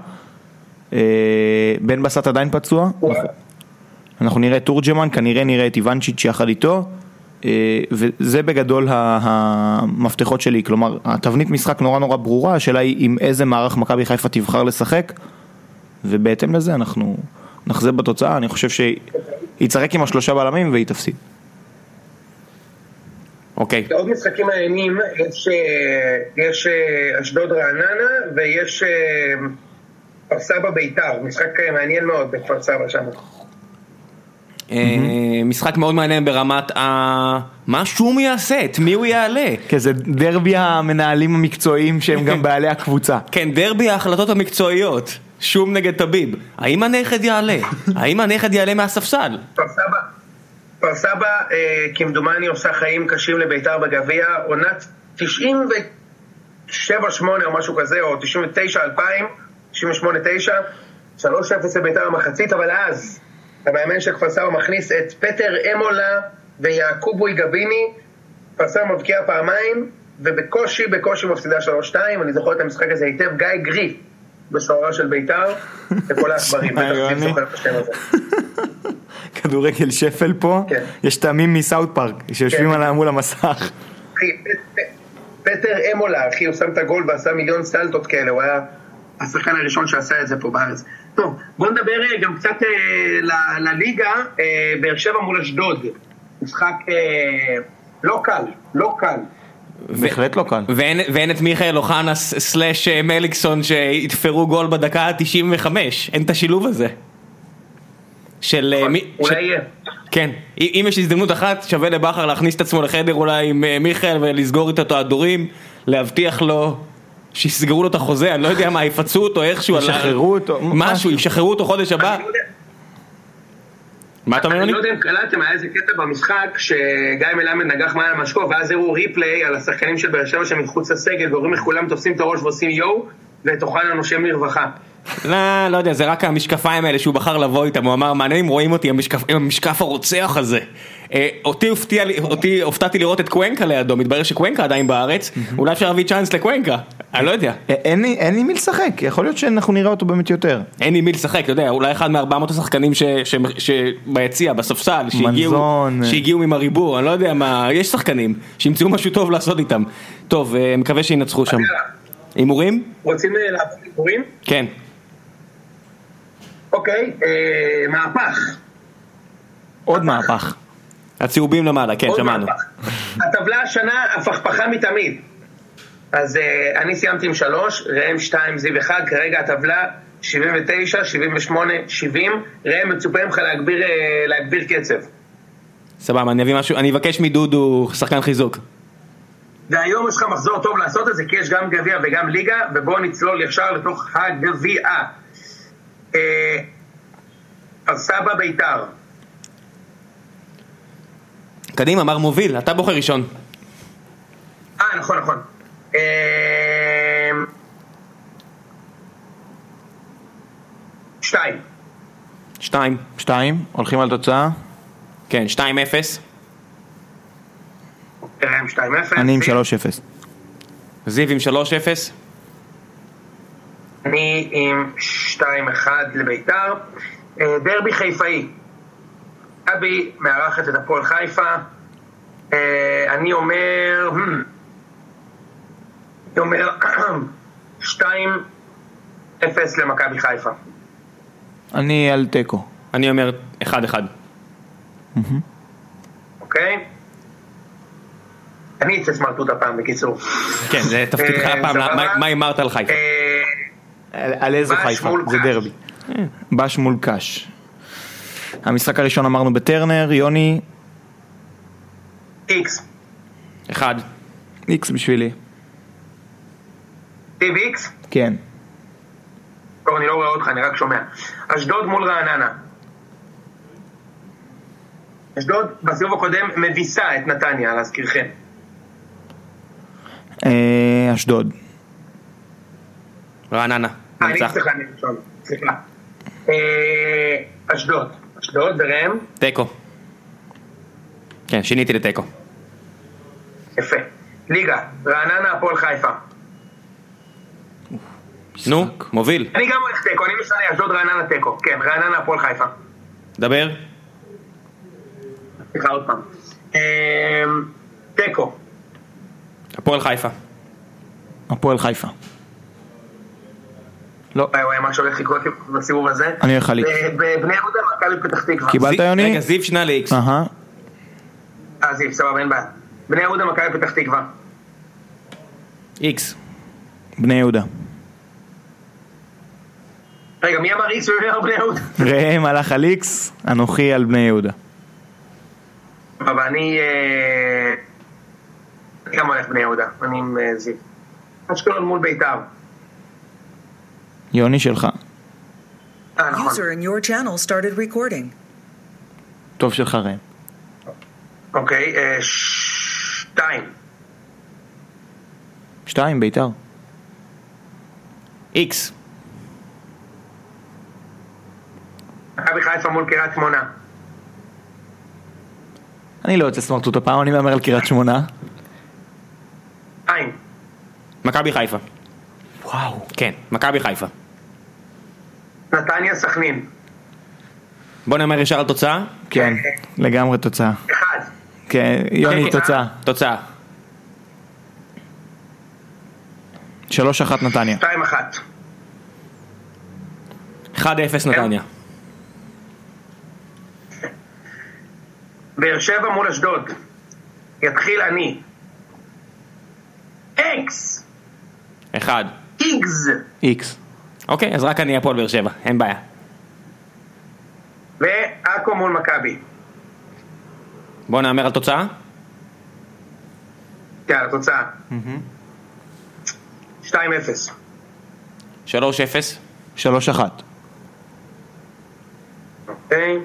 בן בסט עדיין פצוע. אנחנו נראה תורג'מן, כנראה נראה את איוונצ'יץ' יחד איתו. וזה בגדול המפתחות שלי. כלומר, התבנית משחק נורא נורא ברורה, השאלה היא עם איזה מערך מכבי חיפה תבחר לשחק. ובהתאם לזה אנחנו נחזר בתוצאה. אני חושב שהיא יצחק עם השלושה בלמים והיא תפסיד. אוקיי. עוד משחקים מעניינים, יש, יש אשדוד רעננה ויש כפר סבא ביתר, משחק מעניין מאוד בכפר סבא שם. משחק מאוד מעניין ברמת מה שום יעשה, את מי הוא יעלה. כן, זה דרבי המנהלים המקצועיים שהם גם בעלי הקבוצה. כן, דרבי ההחלטות המקצועיות. שום נגד טביב. האם הנכד יעלה? האם הנכד יעלה מהספסל? כפר סבא, כפר סבא, כמדומני עושה חיים קשים לביתר בגביע, עונת תשעים ושבע שמונה או משהו כזה, או תשעים ותשע אלפיים, תשעים ושמונה תשע, שלוש אפס לביתר המחצית, אבל אז המאמן של כפר סבא מכניס את פטר אמולה ויעקובוי גביני, כפר סבא מבקיע פעמיים, ובקושי, בקושי מפסידה שלוש שתיים, אני זוכר את המשחק הזה היטב, גיא גריף, בסעורה של ביתר, וכל האחברים, בטח זוכר את השם הזה. כדורגל שפל פה, יש טעמים מסאוט פארק, שיושבים עליהם מול המסך. פטר אמולה, אחי, הוא שם את הגול ועשה מיליון סלטות כאלה, הוא היה השחקן הראשון שעשה את זה פה בארץ. טוב, בואו נדבר גם קצת לליגה, באר שבע מול אשדוד, משחק לא קל, לא קל. בהחלט לא קל. ואין את מיכאל אוחנה סלש מליקסון שהתפרו גול בדקה ה-תשעים וחמש, אין את השילוב הזה. של... אולי יהיה. כן, אם יש הזדמנות אחת, שווה לבחר להכניס את עצמו לחדר אולי עם מיכאל ולסגור איתו את הדורים, להבטיח לו שיסגרו לו את החוזה, אני לא יודע מה, יפצו אותו איכשהו, ישחררו אותו, משהו, ישחררו אותו חודש הבא. מה אתה אומר? אני לא יודע אם קלטתם, היה איזה קטע במשחק שגיא מלמד נגח מעל המשקוף, ואז הראו ריפליי על השחקנים של באר שבע שמחוץ לסגל, ורואים איך כולם תופסים את הראש ועושים יו, ואת אוחנה נושם לרווחה. לא, לא יודע, זה רק המשקפיים האלה שהוא בחר לבוא איתם, הוא אמר, מעניין אם רואים אותי, המשקף הרוצח הזה. אותי הופתעתי לראות את קוונקה לידו, מתברר שקוונקה עדיין בארץ, אולי אפשר להביא צ'אנס לקוונקה, אני לא יודע. אין לי מי לשחק, יכול להיות שאנחנו נראה אותו באמת יותר. אין לי מי לשחק, אתה יודע, אולי אחד מארבע מאות השחקנים שביציע, בספסל, שהגיעו ממריבור, אני לא יודע מה, יש שחקנים שימצאו משהו טוב לעשות איתם. טוב, מקווה שינצחו שם. הימורים? רוצים לעבור הימורים? כן. אוקיי, מהפך. עוד מהפך. הצהובים למעלה, כן, שמענו. הטבלה השנה הפכפכה מתמיד. אז אני סיימתי עם שלוש, ראם שתיים, זיו אחד, כרגע הטבלה שבעים ותשע, שבעים ושמונה, שבעים, ראם מצופה ממך להגביר קצב. סבבה, אני אביא משהו, אני אבקש מדודו שחקן חיזוק. והיום יש לך מחזור טוב לעשות את זה, כי יש גם גביע וגם ליגה, ובואו נצלול ישר לתוך הגביע. כפר סבא ביתר. קדימה, מר מוביל, אתה בוחר ראשון. אה, נכון, נכון. שתיים. שתיים. שתיים, הולכים על תוצאה? כן, שתיים אפס. ראם שתיים אפס. אני עם שלוש אפס. זיו עם שלוש אפס. אני עם שתיים אחד לביתר. דרבי חיפאי. אבי מארחת את הפועל חיפה. אני אומר... אני אומר... שתיים אפס למכבי חיפה. אני על טקו. אני אומר אחד אחד. אוקיי. אני אצא סמרטוט הפעם בקיצור. כן, זה תפקידך הפעם, מה אמרת על חיפה? על איזו חיפה? זה דרבי. בש מול קש. המשחק הראשון אמרנו בטרנר, יוני? איקס. אחד. איקס בשבילי. טיב איקס? כן. טוב, אני לא רואה אותך, אני רק שומע. אשדוד מול רעננה. אשדוד בסיבוב הקודם מביסה את נתניה, להזכירכם. אשדוד. רעננה. אני צריך להניח לשאול, סליחה. אשדוד. אשדוד, ורם? תיקו. כן, שיניתי לתיקו. יפה. ליגה, רעננה, הפועל חיפה. נו, מוביל. אני גם הולך תיקו, אני משנה, אשדוד, רעננה, תיקו. כן, רעננה, הפועל חיפה. דבר. סליחה עוד פעם. תיקו. הפועל חיפה. הפועל חיפה. לא. וואי וואי, מה שהולך לקרות בסיבוב הזה. אני הולך על איקס. בבני יהודה, מכבי פתח תקווה. קיבלת יוני? רגע, זיו שנה לאיקס. אהה. אה, זיו, סבבה, אין בעיה. בני יהודה, מכבי פתח תקווה. איקס. בני יהודה. רגע, מי אמר איקס ומי אמר בני יהודה? ראם הלך על איקס, אנוכי על בני יהודה. אבל אני... אני גם הולך בני יהודה, אני עם זיו. אשקלון מול בית"ר. יוני שלך. אה, נכון. User in your channel started recording. טוב שלך ראם. אוקיי, אה, שתיים. שתיים, ביתר. איקס. מכבי חיפה מול קריית שמונה. אני לא יוצא סמרטוט הפעם, אני מאמר על קריית שמונה. שתיים. מכבי חיפה. וואו. כן, מכבי חיפה. נתניה סכנין. בוא נאמר ישר על תוצאה. כן, לגמרי תוצאה. אחד. כן, יוני תוצאה. תוצאה. שלוש אחת נתניה. שתיים אחת. אחד אפס נתניה. באר שבע מול אשדוד. יתחיל אני. אקס. אחד. איגז. איקס. אוקיי, אז רק אני הפועל באר שבע, אין בעיה. ועכו מול מכבי. בוא נאמר על תוצאה. יאללה, תוצאה. שתיים אפס. שלוש אפס. שלוש אחת. אוקיי.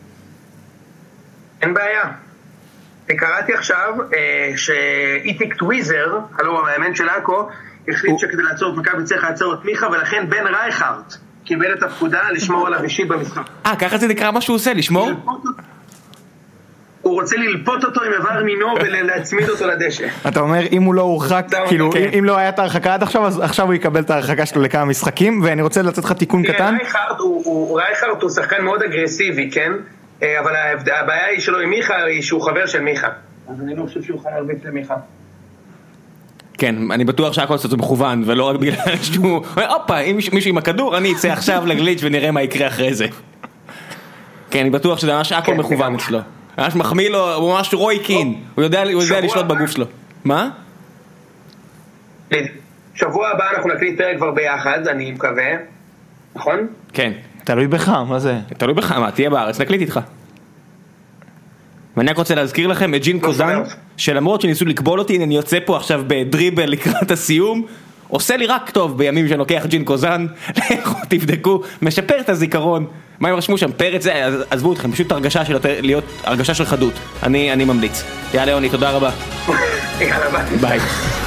אין בעיה. קראתי עכשיו אה, שאיטיק טוויזר, הלוא המאמן של עכו, החליט הוא... שכדי לעצור את מכבי צריך לעצור את מיכה, ולכן בן רייכרט קיבל את הפקודה לשמור עליו אישי במשחק. אה, ככה זה נקרא מה שהוא עושה, לשמור? הוא רוצה ללפות אותו עם איבר מינו ולהצמיד אותו לדשא. אתה אומר, אם הוא לא הורחק, כאילו, כן. אם לא היה את ההרחקה עד עכשיו, אז עכשיו הוא יקבל את ההרחקה שלו לכמה משחקים, ואני רוצה לתת לך תיקון קטן. רייכרט הוא, הוא, רייכרט הוא שחקן מאוד אגרסיבי, כן? אבל הבעיה היא שלו עם מיכה, היא שהוא חבר של מיכה. אז אני לא חושב שהוא יכול להרביץ למיכה. כן, אני בטוח שהכל עושה זה מכוון, ולא רק בגלל שהוא... אופה, אם מישהו עם הכדור, אני אצא עכשיו לגליץ' ונראה מה יקרה אחרי זה. כן, אני בטוח שזה ממש הכל מכוון אצלו. ממש מחמיא לו, הוא ממש רוי קין. הוא יודע לשלוט בגוף שלו. מה? שבוע הבא אנחנו נקליט פרק כבר ביחד, אני מקווה. נכון? כן. תלוי בך, מה זה? תלוי בך, מה? תהיה בארץ, נקליט איתך. ואני רק רוצה להזכיר לכם את ג'ין קוזן, שלמרות שניסו לקבול אותי, אני יוצא פה עכשיו בדריבל לקראת הסיום, עושה לי רק טוב בימים שאני לוקח ג'ין קוזן, לכו תבדקו, משפר את הזיכרון. מה הם רשמו שם? פרץ זה, עזבו אתכם, פשוט הרגשה של להיות, הרגשה של חדות. אני, אני ממליץ. יאללה יוני, תודה רבה. יאללה, ביי. ביי.